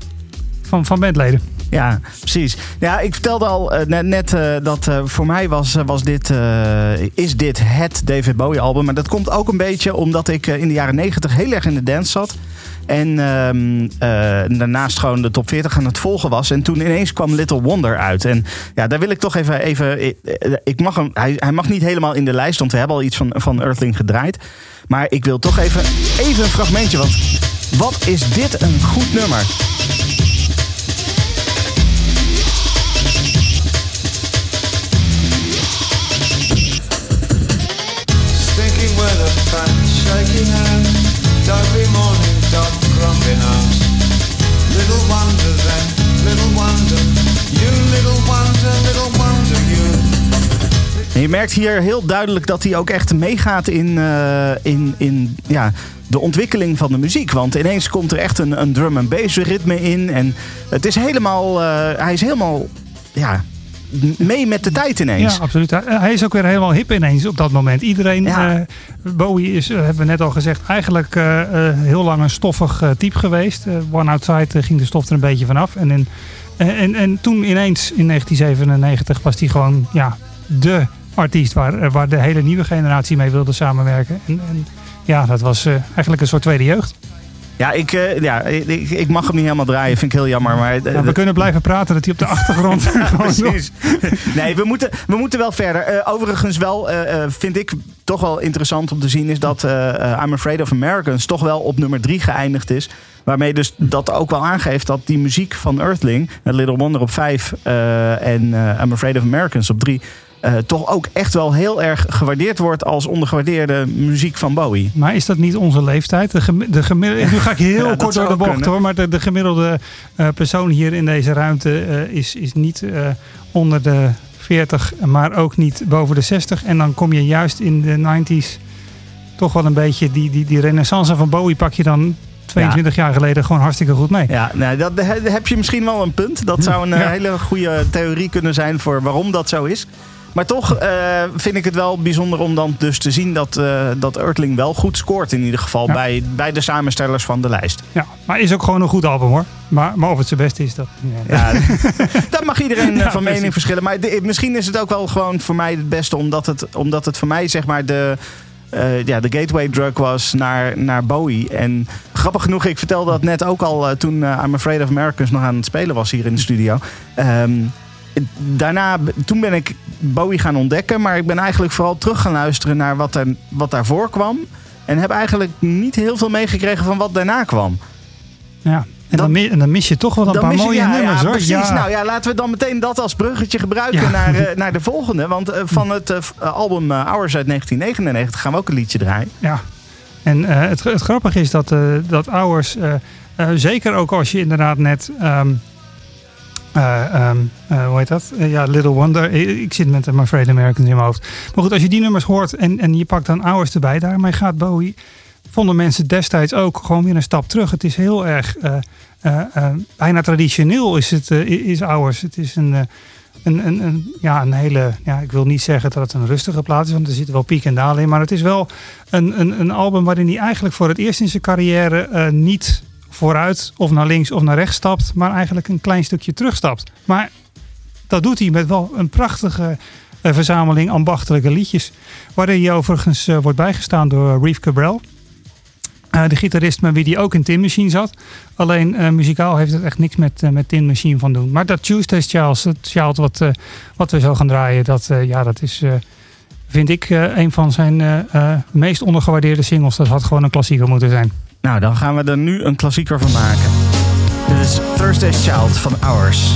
van bandleden. Ja, precies. Ja, ik vertelde al net dat voor mij is dit het David Bowie album. Maar dat komt ook een beetje omdat ik in de jaren 90 heel erg in de dance zat. En daarnaast gewoon de top 40 aan het volgen was. En toen ineens kwam Little Wonder uit. En ja, daar wil ik toch even hij mag niet helemaal in de lijst, want we hebben al iets van Earthling gedraaid. Maar ik wil toch even een fragmentje. Want wat is dit een goed nummer? Stinking weather, fat shaking hand, dopey morning, dog grumbling ass. Little wonder then, little wonder, you little wonder you. En je merkt hier heel duidelijk dat hij ook echt meegaat in de ontwikkeling van de muziek. Want ineens komt er echt een drum and bass ritme in. En het is helemaal... hij is helemaal... mee met de tijd ineens. Ja, absoluut. Hij is ook weer helemaal hip ineens op dat moment. Iedereen... Bowie is, hebben we net al gezegd, eigenlijk heel lang een stoffig type geweest. One Outside ging de stof er een beetje vanaf. En toen ineens in 1997 was hij gewoon de artiest waar de hele nieuwe generatie mee wilde samenwerken. En dat was eigenlijk een soort tweede jeugd. Ja, ik mag hem niet helemaal draaien. Vind ik heel jammer. Maar we kunnen blijven praten dat hij op de achtergrond... precies. Nee, we moeten wel verder. Overigens wel, vind ik toch wel interessant om te zien... is dat I'm Afraid of Americans toch wel op nummer 3 geëindigd is. Waarmee dus dat ook wel aangeeft dat die muziek van Earthling... Little Wonder op 5 en I'm Afraid of Americans op 3... toch ook echt wel heel erg gewaardeerd wordt als ondergewaardeerde muziek van Bowie. Nu is dat niet onze leeftijd? Nu ga ik heel kort door de bocht hoor, maar de gemiddelde persoon hier in deze ruimte is niet onder de 40, maar ook niet boven de 60. En dan kom je juist in de 90s toch wel een beetje die renaissance van Bowie pak je dan 22 jaar geleden gewoon hartstikke goed mee. Ja, nou, dat heb je misschien wel een punt. Dat zou een hele goede theorie kunnen zijn voor waarom dat zo is. Maar toch vind ik het wel bijzonder om dan dus te zien dat Earthling wel goed scoort in ieder geval bij de samenstellers van de lijst. Ja, maar is ook gewoon een goed album hoor. Maar of het zijn beste is, dat... Ja, dat mag iedereen van mening verschillen. Maar misschien is het ook wel gewoon voor mij het beste omdat het voor mij zeg maar de gateway drug was naar Bowie. En grappig genoeg, ik vertelde dat net ook al toen I'm Afraid of Americans nog aan het spelen was hier in de studio. Toen ben ik Bowie gaan ontdekken, maar ik ben eigenlijk vooral terug gaan luisteren naar wat daarvoor kwam. En heb eigenlijk niet heel veel meegekregen van wat daarna kwam. Ja, en dan mis je toch wel een paar mooie nummers hoor. Precies. Ja. Nou ja, laten we dan meteen dat als bruggetje gebruiken naar de volgende. Want van het album Hours uit 1999 gaan we ook een liedje draaien. Ja, en het grappige is dat Hours, zeker ook als je inderdaad net... hoe heet dat? Little Wonder. Ik zit met My Afraid Americans in mijn hoofd. Maar goed, als je die nummers hoort en je pakt dan Hours erbij, daarmee gaat Bowie, vonden mensen destijds ook gewoon weer een stap terug. Het is heel erg bijna traditioneel is Hours. Het is een hele, ik wil niet zeggen dat het een rustige plaat is, want er zitten wel piek en dalen in, maar het is wel een album waarin hij eigenlijk voor het eerst in zijn carrière niet vooruit of naar links of naar rechts stapt, maar eigenlijk een klein stukje terugstapt. Maar dat doet hij met wel een prachtige verzameling ambachtelijke liedjes, waarin hij overigens wordt bijgestaan door Reeve Cabral, de gitarist met wie hij ook in Tin Machine zat. Alleen muzikaal heeft het echt niks met Tin Machine van doen. Maar dat Tuesday's Child, het child wat we zo gaan draaien, dat is, vind ik, een van zijn meest ondergewaardeerde singles. Dat had gewoon een klassieker moeten zijn. Nou, dan gaan we er nu een klassieker van maken. Dit is Thursday's Child van Hours.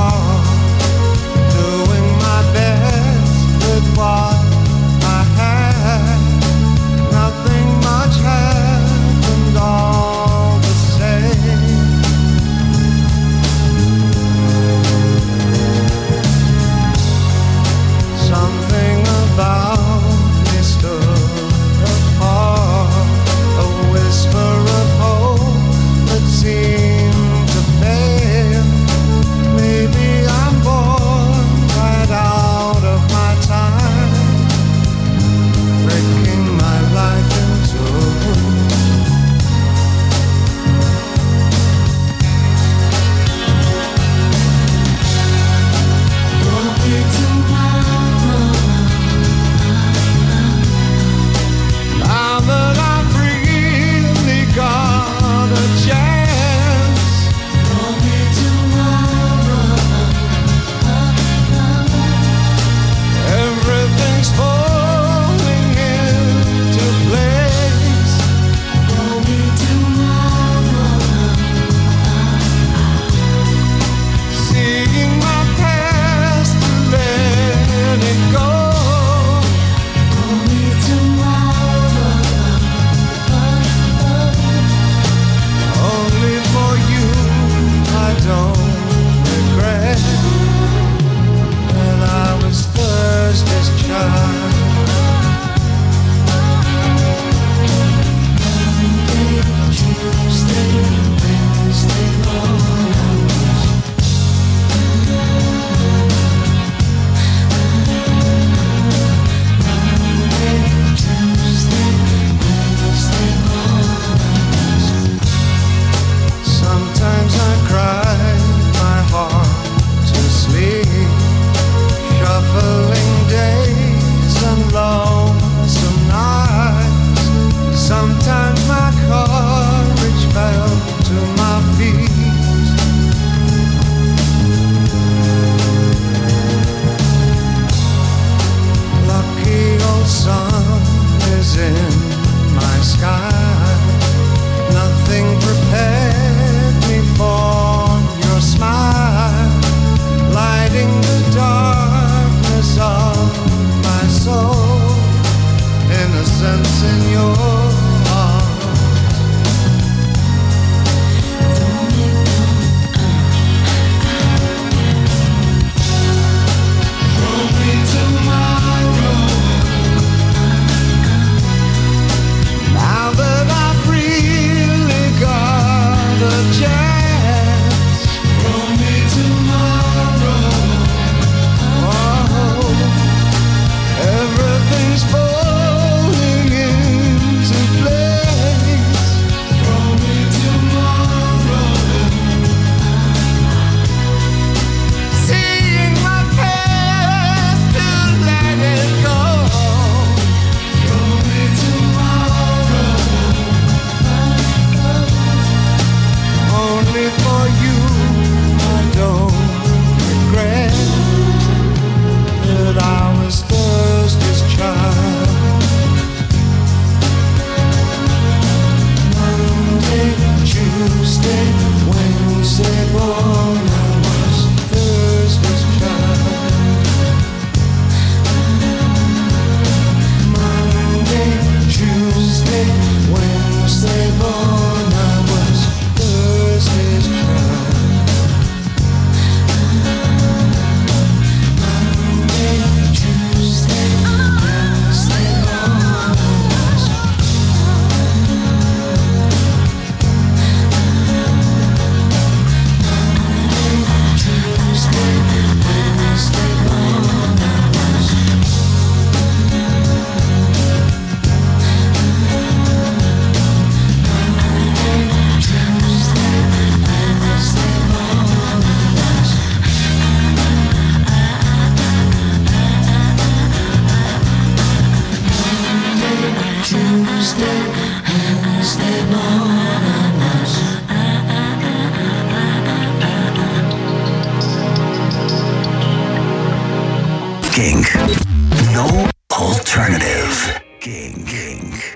Doing my best with what I have. Kink. No alternative. Kink.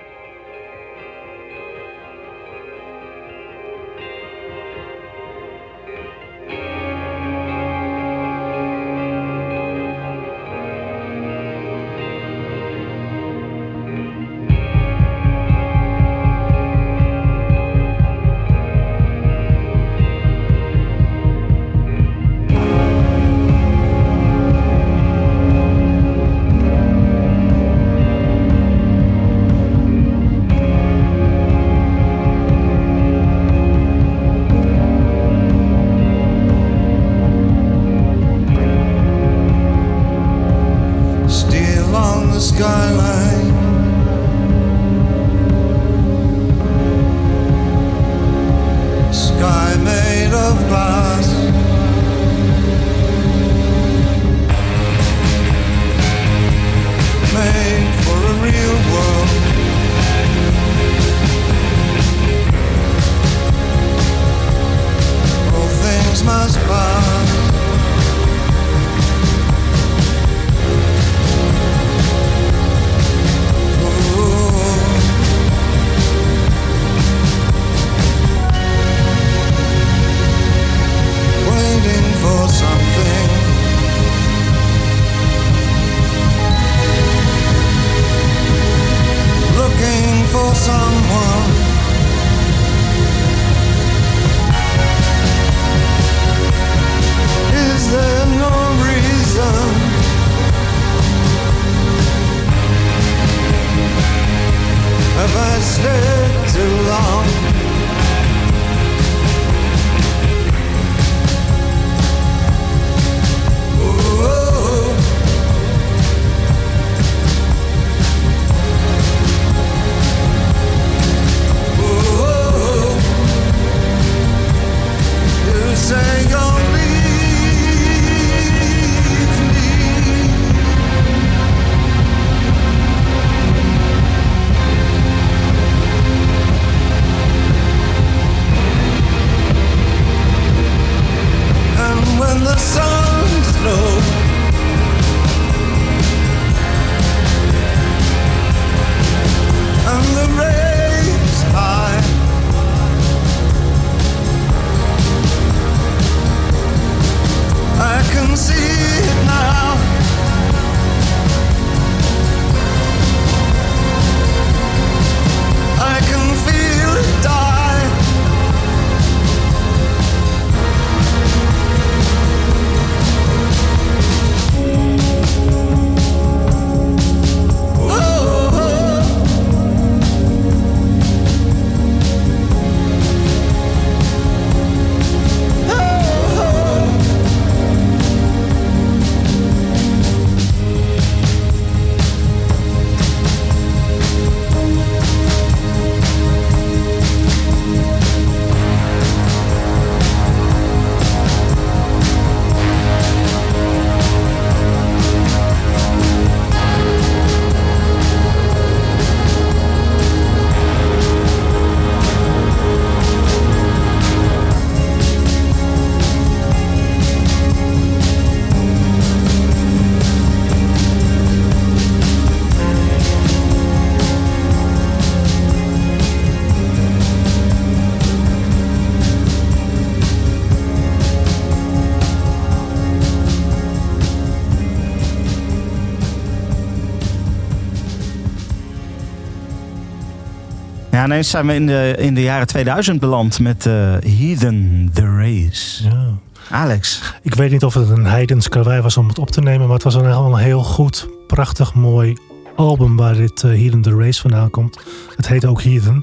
Ja, ineens zijn we in de jaren 2000 beland met Heathen the Race. Ja. Alex. Ik weet niet of het een heidens karwei was om het op te nemen, maar het was een heel goed, prachtig, mooi album waar dit Heathen the Race vandaan komt. Het heet ook Heathen.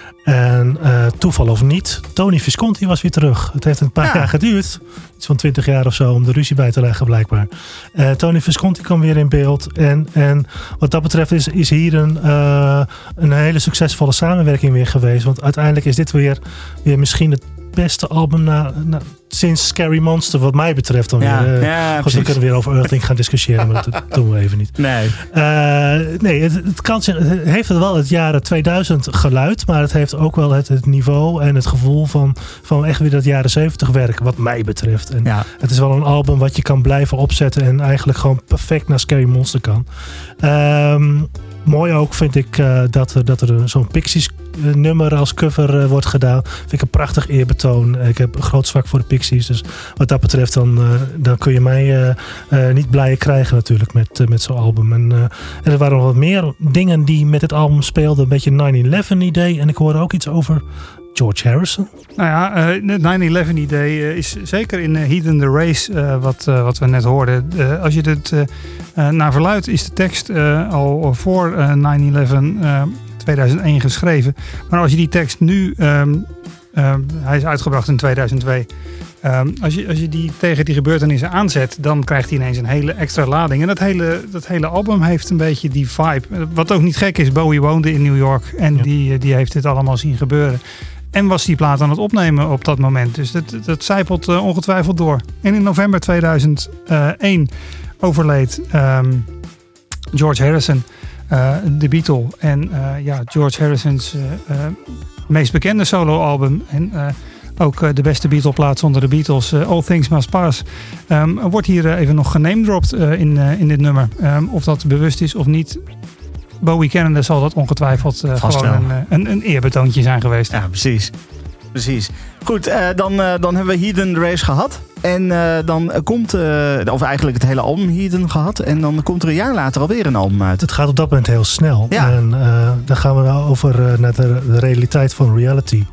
En toeval of niet, Tony Visconti was weer terug. Het heeft een paar jaar geduurd. Iets van 20 jaar of zo om de ruzie bij te leggen blijkbaar. Tony Visconti kwam weer in beeld. En wat dat betreft is hier een hele succesvolle samenwerking weer geweest. Want uiteindelijk is dit weer misschien beste album sinds Scary Monster, wat mij betreft dan weer. We kunnen weer over Earthling gaan discussiëren, maar dat doen we even niet. Nee. Het heeft wel het jaren 2000 geluid, maar het heeft ook wel het niveau en het gevoel van echt weer dat jaren 70 werk, wat mij betreft. En het is wel een album wat je kan blijven opzetten en eigenlijk gewoon perfect naar Scary Monster kan. Mooi ook vind ik dat er zo'n Pixies nummer als cover wordt gedaan. Vind ik een prachtig eerbetoon. Ik heb een groot zwak voor de Pixies. Dus wat dat betreft dan kun je mij niet blijer krijgen natuurlijk met zo'n album. En er waren nog wat meer dingen die met het album speelden. Een beetje 9/11 idee. En ik hoorde ook iets over George Harrison. Nou ja, het 9/11 idee is zeker in Heat in the Race wat we net hoorden. Als je het naar verluidt is de tekst al voor 9/11 2001 geschreven. Maar als je die tekst nu, hij is uitgebracht in 2002. Als je die tegen die gebeurtenissen aanzet, dan krijgt hij ineens een hele extra lading. En dat hele album heeft een beetje die vibe. Wat ook niet gek is, Bowie woonde in New York en die heeft dit allemaal zien gebeuren. En was die plaat aan het opnemen op dat moment. Dus dat zijpelt ongetwijfeld door. En in november 2001 overleed George Harrison, de Beatle. En George Harrison's meest bekende soloalbum. En ook de beste Beatle-plaat zonder de Beatles, All Things Must Pass. Wordt hier even nog genamedropt in dit nummer. Of dat bewust is of niet. Bowie kennende zal dat ongetwijfeld gewoon een eerbetoontje zijn geweest. Ja, precies. Goed, dan hebben we Heat in the Race gehad. En dan komt, of eigenlijk het hele album Heat gehad. En dan komt er een jaar later alweer een album uit. Het gaat op dat moment heel snel. Ja. En dan gaan we nou over naar de realiteit van reality.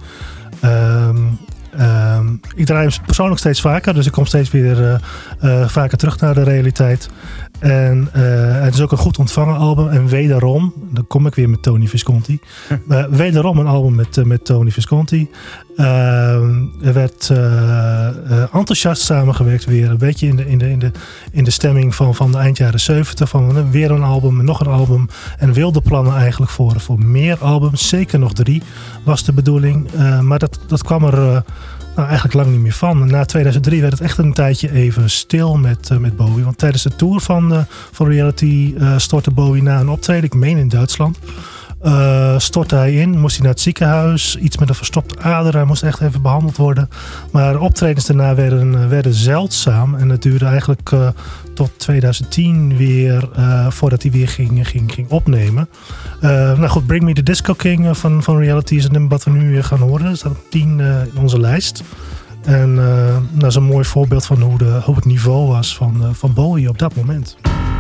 Ik draai hem persoonlijk steeds vaker, dus ik kom steeds weer vaker terug naar de realiteit. En het is ook een goed ontvangen album. En wederom, dan kom ik weer met Tony Visconti. Wederom een album met Tony Visconti. Er werd enthousiast samengewerkt weer. Een beetje in de stemming van de eind jaren 70. Van weer een album en nog een album. En wilde plannen eigenlijk voor meer albums. Zeker nog 3 was de bedoeling. Maar dat kwam er eigenlijk lang niet meer van. Na 2003 werd het echt een tijdje even stil met Bowie. Want tijdens de tour van Reality stortte Bowie na een optreden. Ik meen in Duitsland. Stortte hij in, moest hij naar het ziekenhuis. Iets met een verstopte ader. Hij moest echt even behandeld worden. Maar optredens daarna werden zeldzaam. En het duurde eigenlijk tot 2010 weer voordat hij weer ging opnemen. Nou goed, Bring Me the Disco King van Reality is een nummer wat we nu gaan horen. Dat staat op 10 in onze lijst. En dat is een mooi voorbeeld van hoe het niveau was van Bowie op dat moment.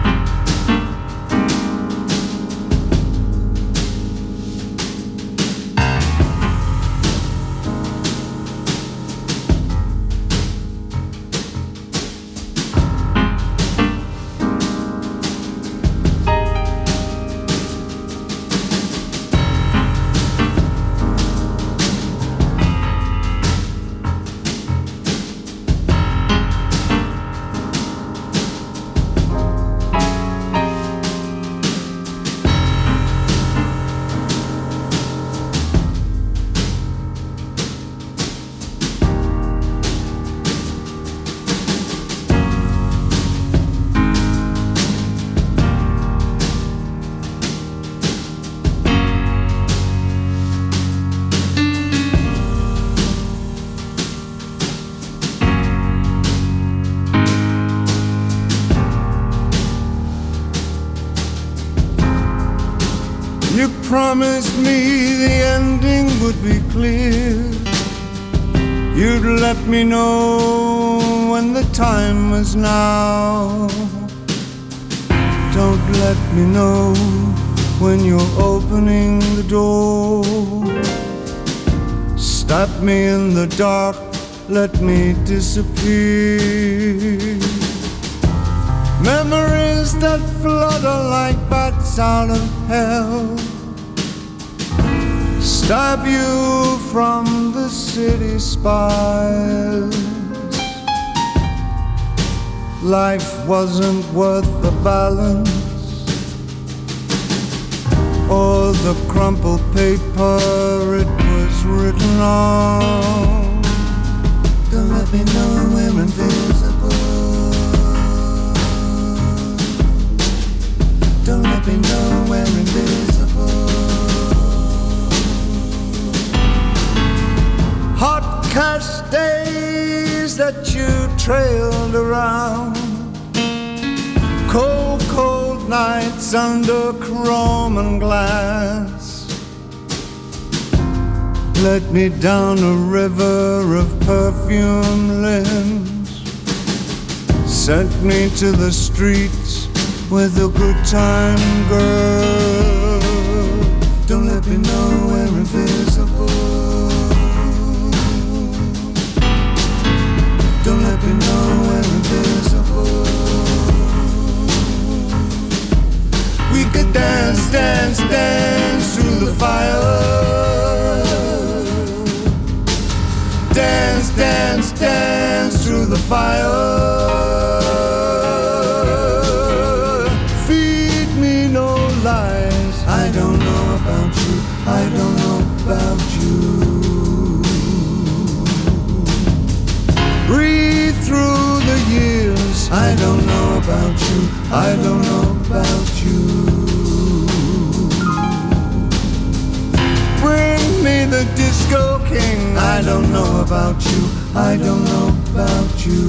You promised me the ending would be clear. You'd let me know when the time was now. Don't let me know when you're opening the door. Stop me in the dark, let me disappear. Memories that flutter like bats out of hell. Stop you from the city spires. Life wasn't worth the balance or the crumpled paper it was written on. Don't let me know we're invisible. Don't let me know we're invisible. Hot cash days that you trailed around, cold, cold nights under chrome and glass, led me down a river of perfume limbs, sent me to the streets with a good time girl. Don't let me know we're invisible. Don't let me know we're invisible. We could dance, dance, dance through the fire. Dance, dance, dance through the fire. Feed me no lies. I don't know about you. I don't know about you. Breathe through the years. I don't know about you. I don't know about you. Bring me the disco king. I don't know about you. I don't know about you.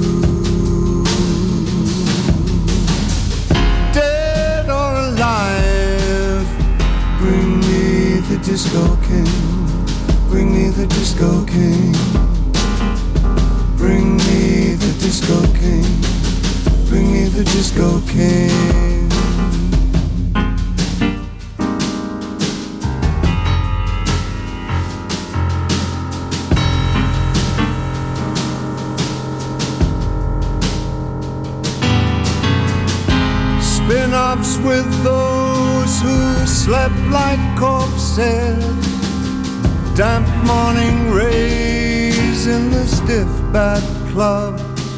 Dead or alive, bring me the disco king. Bring me the disco king. Bring me the disco king. Bring me the disco king. Spin-offs with those who slept like corpses. Damp morning rays in the stiff bad club,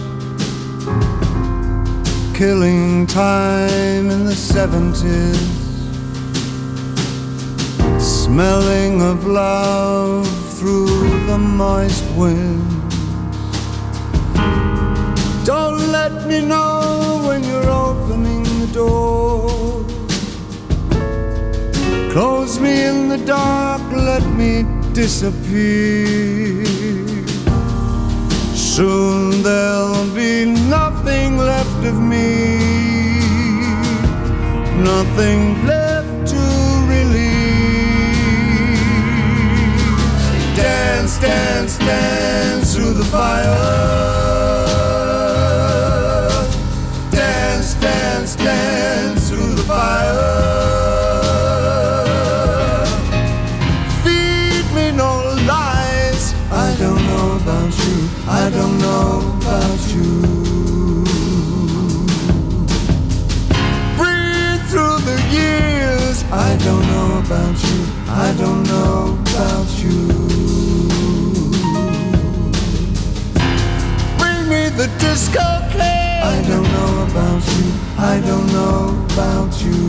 killing time in the 70s, smelling of love through the moist wind. Don't let me know when you're opening the door. Close me in the dark, let me disappear. Soon there'll be nothing left of me, nothing left to release. Dance, dance, dance through the fire. Dance, dance, dance through the fire. I don't know about you. I don't know about you. Breathe through the years. I don't know about you. I don't know about you. Bring me the disco king. I don't know about you. I don't know about you.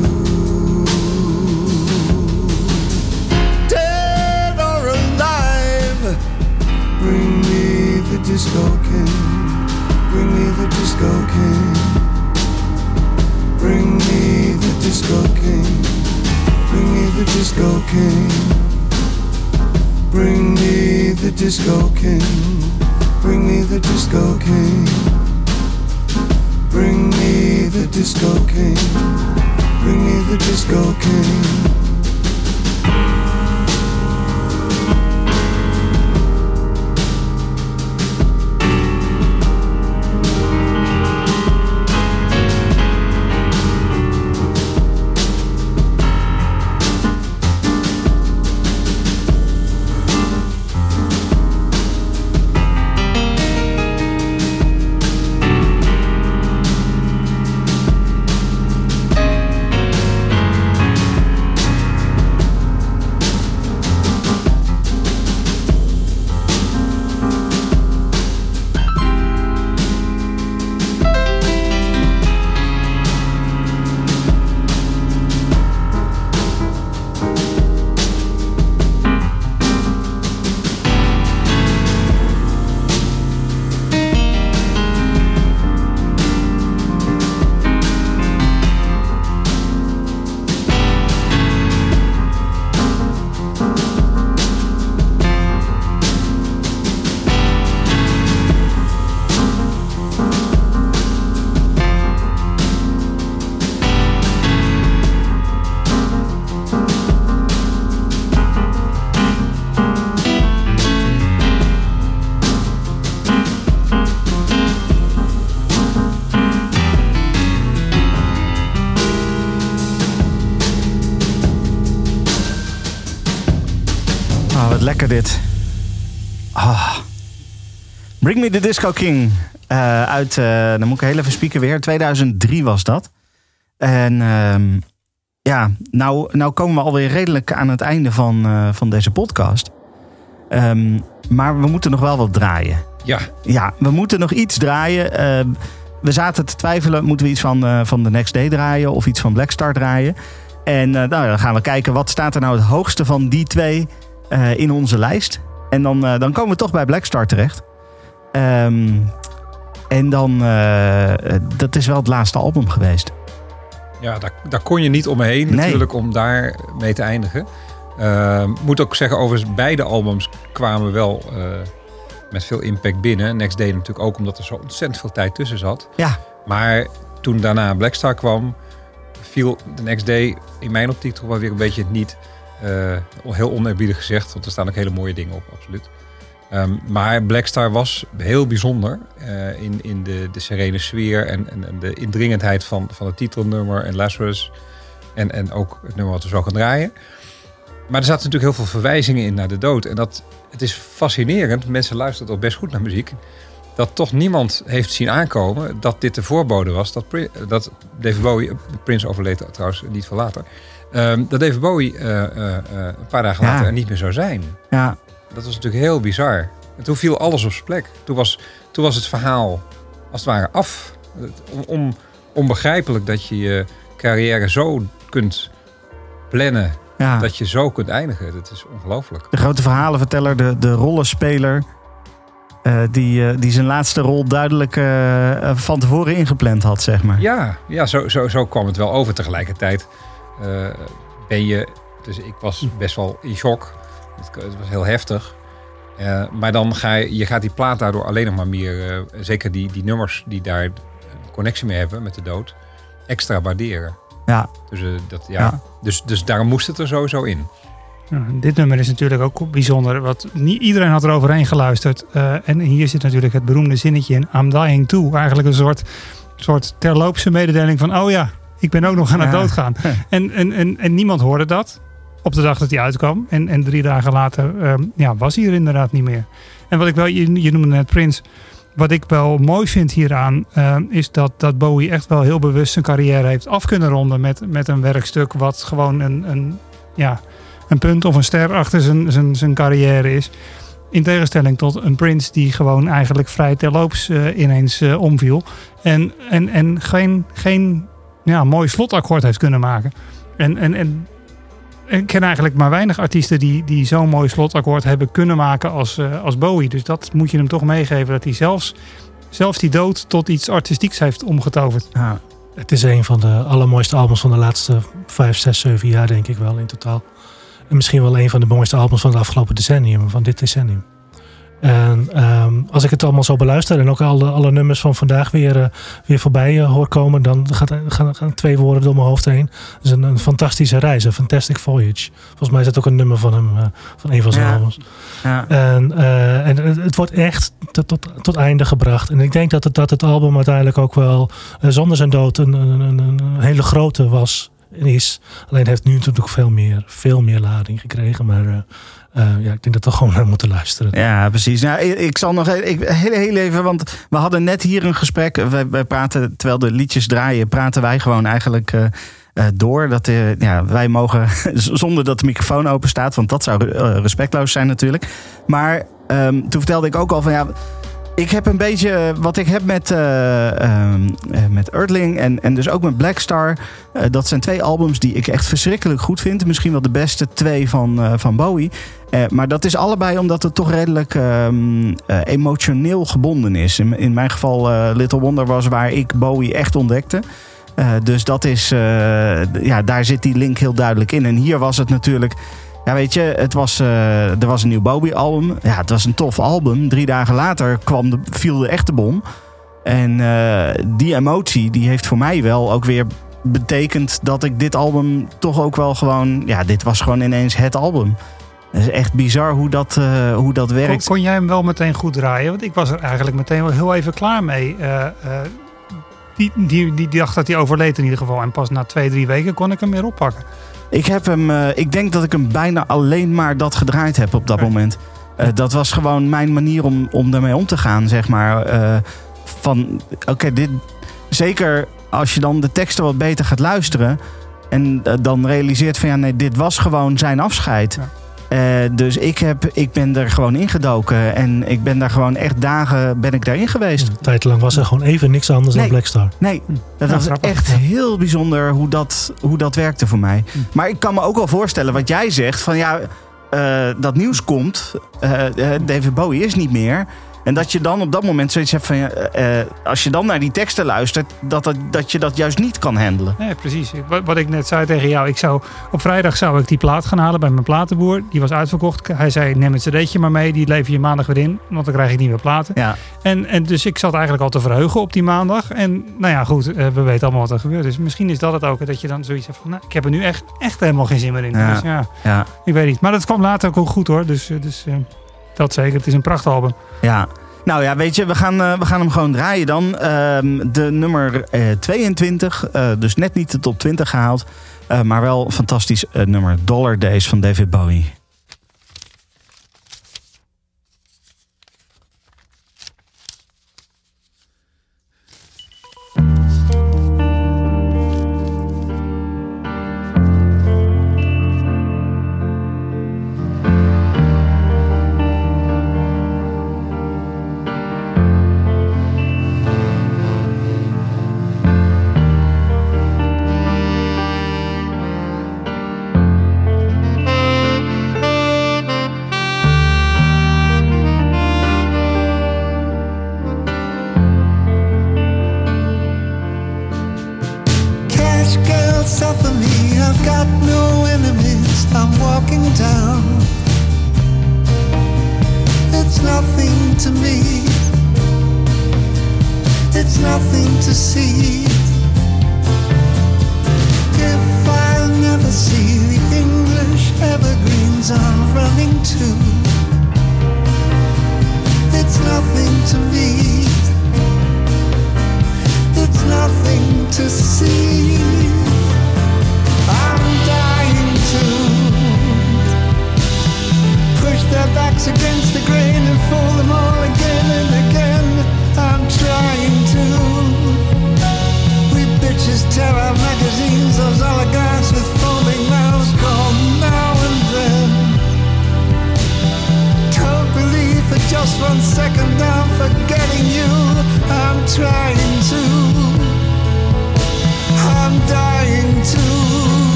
Dead or alive, bring me the disco king. Bring me the disco king. Bring me the disco king. Bring me the disco king. Bring me the disco king. Bring me the disco king. Bring me the disco king. Bring me the disco king. lekker dit. Bring Me the Disco King. Uit, dan moet ik heel even spieken weer. 2003 was dat. En nou komen we alweer redelijk aan het einde van deze podcast. Maar we moeten nog wel wat draaien. Ja, we moeten nog iets draaien. We zaten te twijfelen, moeten we iets van The Next Day draaien of iets van Blackstar draaien. En dan gaan we kijken, wat staat er nou het hoogste van die twee in onze lijst. En dan komen we toch bij Blackstar terecht. En dan, dat is wel het laatste album geweest. Ja, daar kon je niet omheen natuurlijk om daar mee te eindigen. Moet ook zeggen, overigens beide albums kwamen wel met veel impact binnen. Next Day natuurlijk ook omdat er zo ontzettend veel tijd tussen zat. Ja. Maar toen daarna Blackstar kwam, viel The Next Day in mijn optiek toch wel weer een beetje niet. Heel oneerbiedig gezegd, want er staan ook hele mooie dingen op, absoluut. Maar Blackstar was heel bijzonder in de serene sfeer en de indringendheid van het titelnummer en Lazarus. En ook het nummer wat we zo gaan draaien. Maar er zaten natuurlijk heel veel verwijzingen in naar de dood. En het is fascinerend, mensen luisteren ook best goed naar muziek, dat toch niemand heeft zien aankomen dat dit de voorbode was. Dat David Bowie, Prince overleed trouwens niet veel later, dat David Bowie een paar dagen later er niet meer zou zijn. Ja. Dat was natuurlijk heel bizar. En toen viel alles op zijn plek. Toen was het verhaal als het ware af. Onbegrijpelijk dat je je carrière zo kunt plannen. Ja. Dat je zo kunt eindigen. Dat is ongelooflijk. De grote verhalenverteller, de rollenspeler. Die zijn laatste rol duidelijk van tevoren ingepland had, zeg maar. Ja, zo kwam het wel over. Tegelijkertijd ben je... Dus ik was best wel in shock. Het was heel heftig. Maar dan gaat die plaat daardoor alleen nog maar meer... zeker die nummers die daar een connectie mee hebben met de dood... extra waarderen. Ja. Dus daarom moest het er sowieso in. Ja, dit nummer is natuurlijk ook bijzonder. Want niet iedereen had er overheen geluisterd. En hier zit natuurlijk het beroemde zinnetje in. I'm dying too. Eigenlijk een soort terloopse mededeling van... oh ja, ik ben ook nog aan het doodgaan. En niemand hoorde dat. Op de dag dat hij uitkwam. En 3 dagen later was hij er inderdaad niet meer. En wat ik wel, je noemde net Prince. Wat ik wel mooi vind hieraan is dat Bowie echt wel heel bewust zijn carrière heeft af kunnen ronden met een werkstuk wat gewoon een punt of een ster achter zijn carrière is. In tegenstelling tot een Prince die gewoon eigenlijk vrij terloops ineens omviel. En geen mooi slotakkoord heeft kunnen maken. En ik ken eigenlijk maar weinig artiesten die zo'n mooi slotakkoord hebben kunnen maken als Bowie. Dus dat moet je hem toch meegeven. Dat hij zelfs die dood tot iets artistieks heeft omgetoverd. Ja. Het is een van de allermooiste albums van de laatste 5, 6, 7 jaar denk ik wel in totaal. En misschien wel een van de mooiste albums van het afgelopen decennium. Van dit decennium. En als ik het allemaal zo beluister en ook alle nummers van vandaag weer voorbij hoor komen, dan gaan 2 woorden door mijn hoofd heen. Het is een fantastische reis, een fantastic voyage. Volgens mij is dat ook een nummer van hem, van een van zijn albums. Ja. En het wordt echt tot einde gebracht. En ik denk dat het album uiteindelijk ook wel zonder zijn dood een hele grote was en is. Alleen heeft nu natuurlijk veel meer lading gekregen, maar... ik denk dat we gewoon naar moeten luisteren. Ja, precies. Nou, ik zal nog heel even, want we hadden net hier een gesprek. Wij praten, terwijl de liedjes draaien, praten wij gewoon eigenlijk door. Dat wij mogen, zonder dat de microfoon open staat, want dat zou respectloos zijn natuurlijk. Maar toen vertelde ik ook al van ik heb een beetje wat ik heb met Earthling en dus ook met Blackstar. Dat zijn 2 albums die ik echt verschrikkelijk goed vind. Misschien wel de beste 2 van Bowie. Maar dat is allebei omdat het toch redelijk emotioneel gebonden is. In mijn geval Little Wonder was waar ik Bowie echt ontdekte. Dus dat is, daar zit die link heel duidelijk in. En hier was het natuurlijk... Ja, weet je, er was een nieuw Bowie-album. Ja, het was een tof album. 3 dagen later viel de echte bom. En die emotie, die heeft voor mij wel ook weer betekend dat ik dit album toch ook wel gewoon... Ja, dit was gewoon ineens het album. Het is echt bizar hoe dat werkt. Kon jij hem wel meteen goed draaien? Want ik was er eigenlijk meteen wel heel even klaar mee. die dacht dat hij overleed in ieder geval. En pas na 2-3 weken kon ik hem weer oppakken. Ik denk dat ik hem bijna alleen maar dat gedraaid heb op dat moment. Dat was gewoon mijn manier om daarmee om te gaan, zeg maar. Dit zeker als je dan de teksten wat beter gaat luisteren en dan realiseert van dit was gewoon zijn afscheid. Ja. Dus ik ben er gewoon ingedoken en ik ben daar gewoon echt dagen daarin geweest. Een tijd lang was er gewoon even niks anders dan Blackstar. Nee, dat was echt heel bijzonder hoe dat werkte voor mij. Maar ik kan me ook wel voorstellen wat jij zegt van dat nieuws komt, David Bowie is niet meer. En dat je dan op dat moment zoiets hebt van als je dan naar die teksten luistert, dat je dat juist niet kan handelen. Nee, precies. Wat ik net zei tegen jou. Op vrijdag zou ik die plaat gaan halen bij mijn platenboer. Die was uitverkocht. Hij zei, neem het cd'tje maar mee. Die lever je maandag weer in. Want dan krijg ik nieuwe platen. Ja. En dus ik zat eigenlijk al te verheugen op die maandag. En nou ja, goed. We weten allemaal wat er gebeurt. Dus misschien is dat het ook. Dat je dan zoiets hebt van, ik heb er nu echt helemaal geen zin meer in. Ja. Dus ja, ik weet niet. Maar dat kwam later ook goed hoor. Dus dat zeker. Het is een prachtalbum. Ja. Nou ja, weet je, we gaan hem gewoon draaien dan. De nummer 22. Dus net niet de top 20 gehaald. Maar wel een fantastisch nummer. Dollar Days van David Bowie.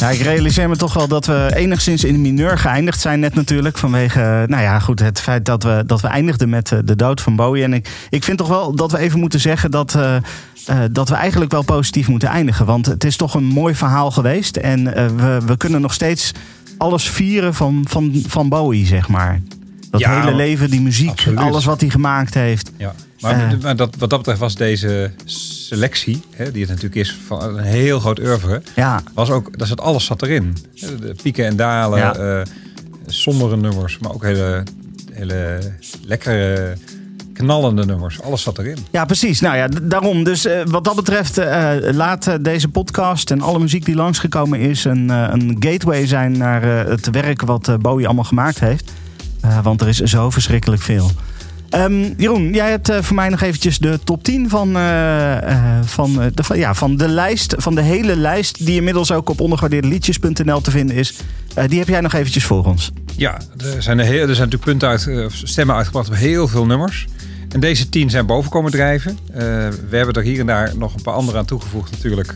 Ja, ik realiseer me toch wel dat we enigszins in de mineur geëindigd zijn net natuurlijk. Vanwege het feit dat we eindigden met de dood van Bowie. En ik vind toch wel dat we even moeten zeggen dat we eigenlijk wel positief moeten eindigen. Want het is toch een mooi verhaal geweest. En we kunnen nog steeds alles vieren van Bowie, zeg maar. Dat hele leven, die muziek, absoluut. Alles wat hij gemaakt heeft. Ja. Maar wat dat betreft was deze selectie, die het natuurlijk is van een heel groot oeuvre, was ook, daar zat alles zat erin. De pieken en dalen, sombere nummers, maar ook hele lekkere, knallende nummers. Alles zat erin. Ja, precies. Nou ja, daarom. Dus wat dat betreft laat deze podcast en alle muziek die langsgekomen is een gateway zijn naar het werk wat Bowie allemaal gemaakt heeft. Want er is zo verschrikkelijk veel. Jeroen, jij hebt voor mij nog eventjes de top 10 van de lijst, van de hele lijst, die inmiddels ook op ondergewaardeerdeliedjes.nl te vinden is. Die heb jij nog eventjes voor ons. Ja, er zijn natuurlijk punten stemmen uitgebracht op heel veel nummers. En deze 10 zijn boven komen drijven. We hebben er hier en daar nog een paar andere aan toegevoegd natuurlijk.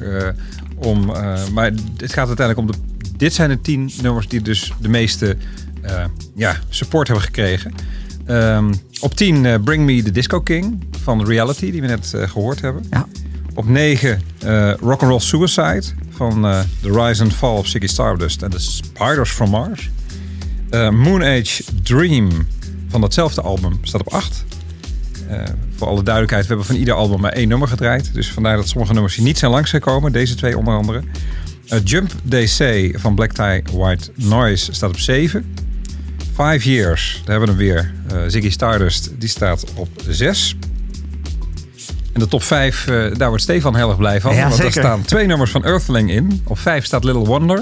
Maar het gaat uiteindelijk om dit zijn de 10 nummers die dus de meeste support hebben gekregen. Op 10 Bring Me the Disco King van Reality, die we net gehoord hebben. Ja. Op 9 Rock'n'Roll Suicide van The Rise and Fall of Ziggy Stardust en The Spiders from Mars. Moon Age Dream van datzelfde album staat op 8. Voor alle duidelijkheid, we hebben van ieder album maar 1 nummer gedraaid. Dus vandaar dat sommige nummers hier niet zijn langsgekomen. Deze 2 onder andere. Jump DC van Black Tie White Noise staat op 7. 5 Years, daar hebben we hem weer. Ziggy Stardust, die staat op 6. En de top 5, daar wordt Stefan heel erg blij van. Ja, want zeker. Daar staan 2 nummers van Earthling in. Op 5 staat Little Wonder.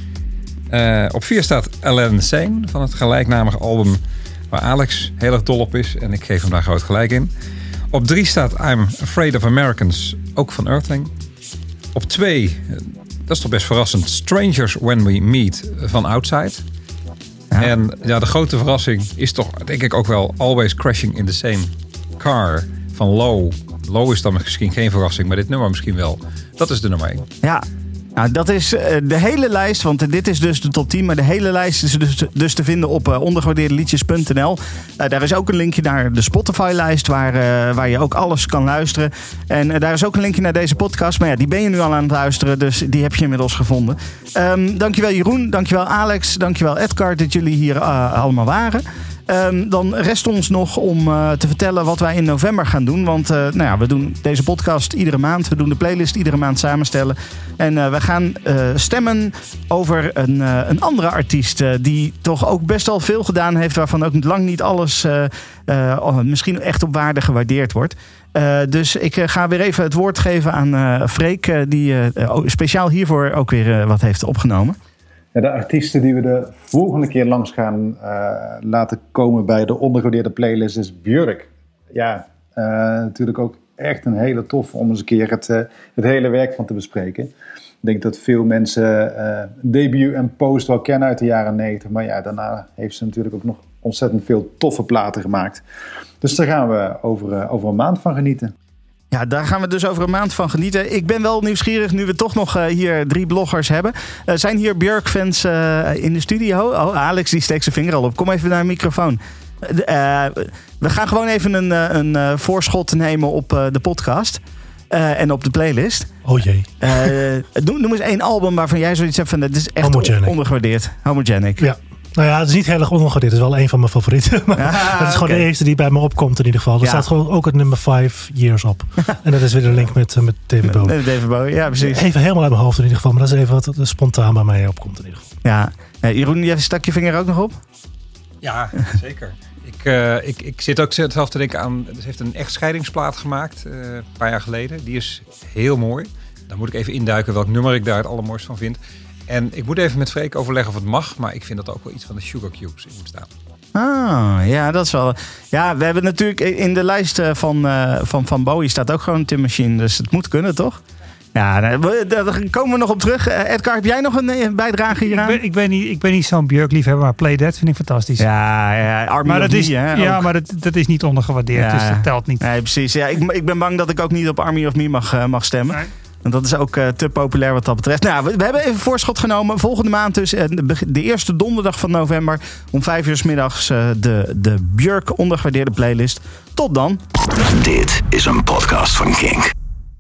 Op 4 staat Alain Sane van het gelijknamige album waar Alex heel erg dol op is. En ik geef hem daar groot gelijk in. Op 3 staat I'm Afraid of Americans, ook van Earthling. Op 2, dat is toch best verrassend, Strangers When We Meet van Outside. Ja. En ja, de grote verrassing is toch, denk ik ook wel, Always Crashing in the Same Car van Low. Low is dan misschien geen verrassing, maar dit nummer misschien wel. Dat is de nummer 1. Ja, nou, dat is de hele lijst, want dit is dus de top 10, maar de hele lijst is dus te vinden op ondergewaardeerdeliedjes.nl. Daar is ook een linkje naar de Spotify-lijst waar je ook alles kan luisteren. En daar is ook een linkje naar deze podcast, maar ja, die ben je nu al aan het luisteren, dus die heb je inmiddels gevonden. Dankjewel Jeroen, dankjewel Alex, dankjewel Edgar dat jullie hier allemaal waren. Dan rest ons nog om te vertellen wat wij in november gaan doen. Want we doen deze podcast iedere maand. We doen de playlist iedere maand samenstellen. En we gaan stemmen over een andere artiest die toch ook best wel veel gedaan heeft, waarvan ook lang niet alles misschien echt op waarde gewaardeerd wordt. Dus ik ga weer even het woord geven aan Freek, die speciaal hiervoor ook weer wat heeft opgenomen. Ja, de artiesten die we de volgende keer langs gaan laten komen bij de ondergewaardeerde playlist is Björk. Ja, natuurlijk ook echt een hele tof om eens een keer het hele werk van te bespreken. Ik denk dat veel mensen debut en post wel kennen uit de jaren 90. Maar ja, daarna heeft ze natuurlijk ook nog ontzettend veel toffe platen gemaakt. Dus daar gaan we over een maand van genieten. Ja, daar gaan we dus over een maand van genieten. Ik ben wel nieuwsgierig, nu we toch nog hier 3 bloggers hebben. Zijn hier Björk-fans in de studio? Oh, Alex die steekt zijn vinger al op. Kom even naar de microfoon. We gaan gewoon even een voorschot nemen op de podcast. En op de playlist. Oh jee. Noem eens 1 album waarvan jij zoiets hebt van, dit is echt ondergewaardeerd. Homogenic. Ja. Nou ja, het is niet heel erg ondergewaardeerd. Het is wel 1 van mijn favorieten. Maar het is gewoon de eerste die bij me opkomt in ieder geval. Er staat gewoon ook het nummer 5 Years op. En dat is weer een link met David Bowie. David Bowie, ja precies. Even helemaal uit mijn hoofd in ieder geval. Maar dat is even wat spontaan bij mij opkomt in ieder geval. Ja. Jeroen, jij stak je vinger ook nog op? Ja, zeker. Ik zit ook zelf te denken aan, ze heeft een echtscheidingsplaat gemaakt een paar jaar geleden. Die is heel mooi. Dan moet ik even induiken welk nummer ik daar het allermooist van vind. En ik moet even met Freek overleggen of het mag, maar ik vind dat ook wel iets van de Sugar Cubes in moet staan. Ah, ja, dat is wel. Ja, we hebben natuurlijk in de lijst van Bowie staat ook gewoon Tin Machine, dus het moet kunnen, toch? Ja, daar komen we nog op terug. Edgar, heb jij nog een bijdrage hieraan? Ik ben niet zo'n Björk-liefhebber, maar Play Dead vind ik fantastisch. Ja, Army of Me, hè? Ja, maar dat is niet ondergewaardeerd, dus dat telt niet. Nee, precies. Ja, ik ben bang dat ik ook niet op Army of Me mag stemmen. Nee. En dat is ook te populair wat dat betreft. Nou, we hebben even voorschot genomen. Volgende maand dus, de eerste donderdag van november... om 5 uur 's middags de Björk ondergewaardeerde playlist. Tot dan. Dit is een podcast van Kink.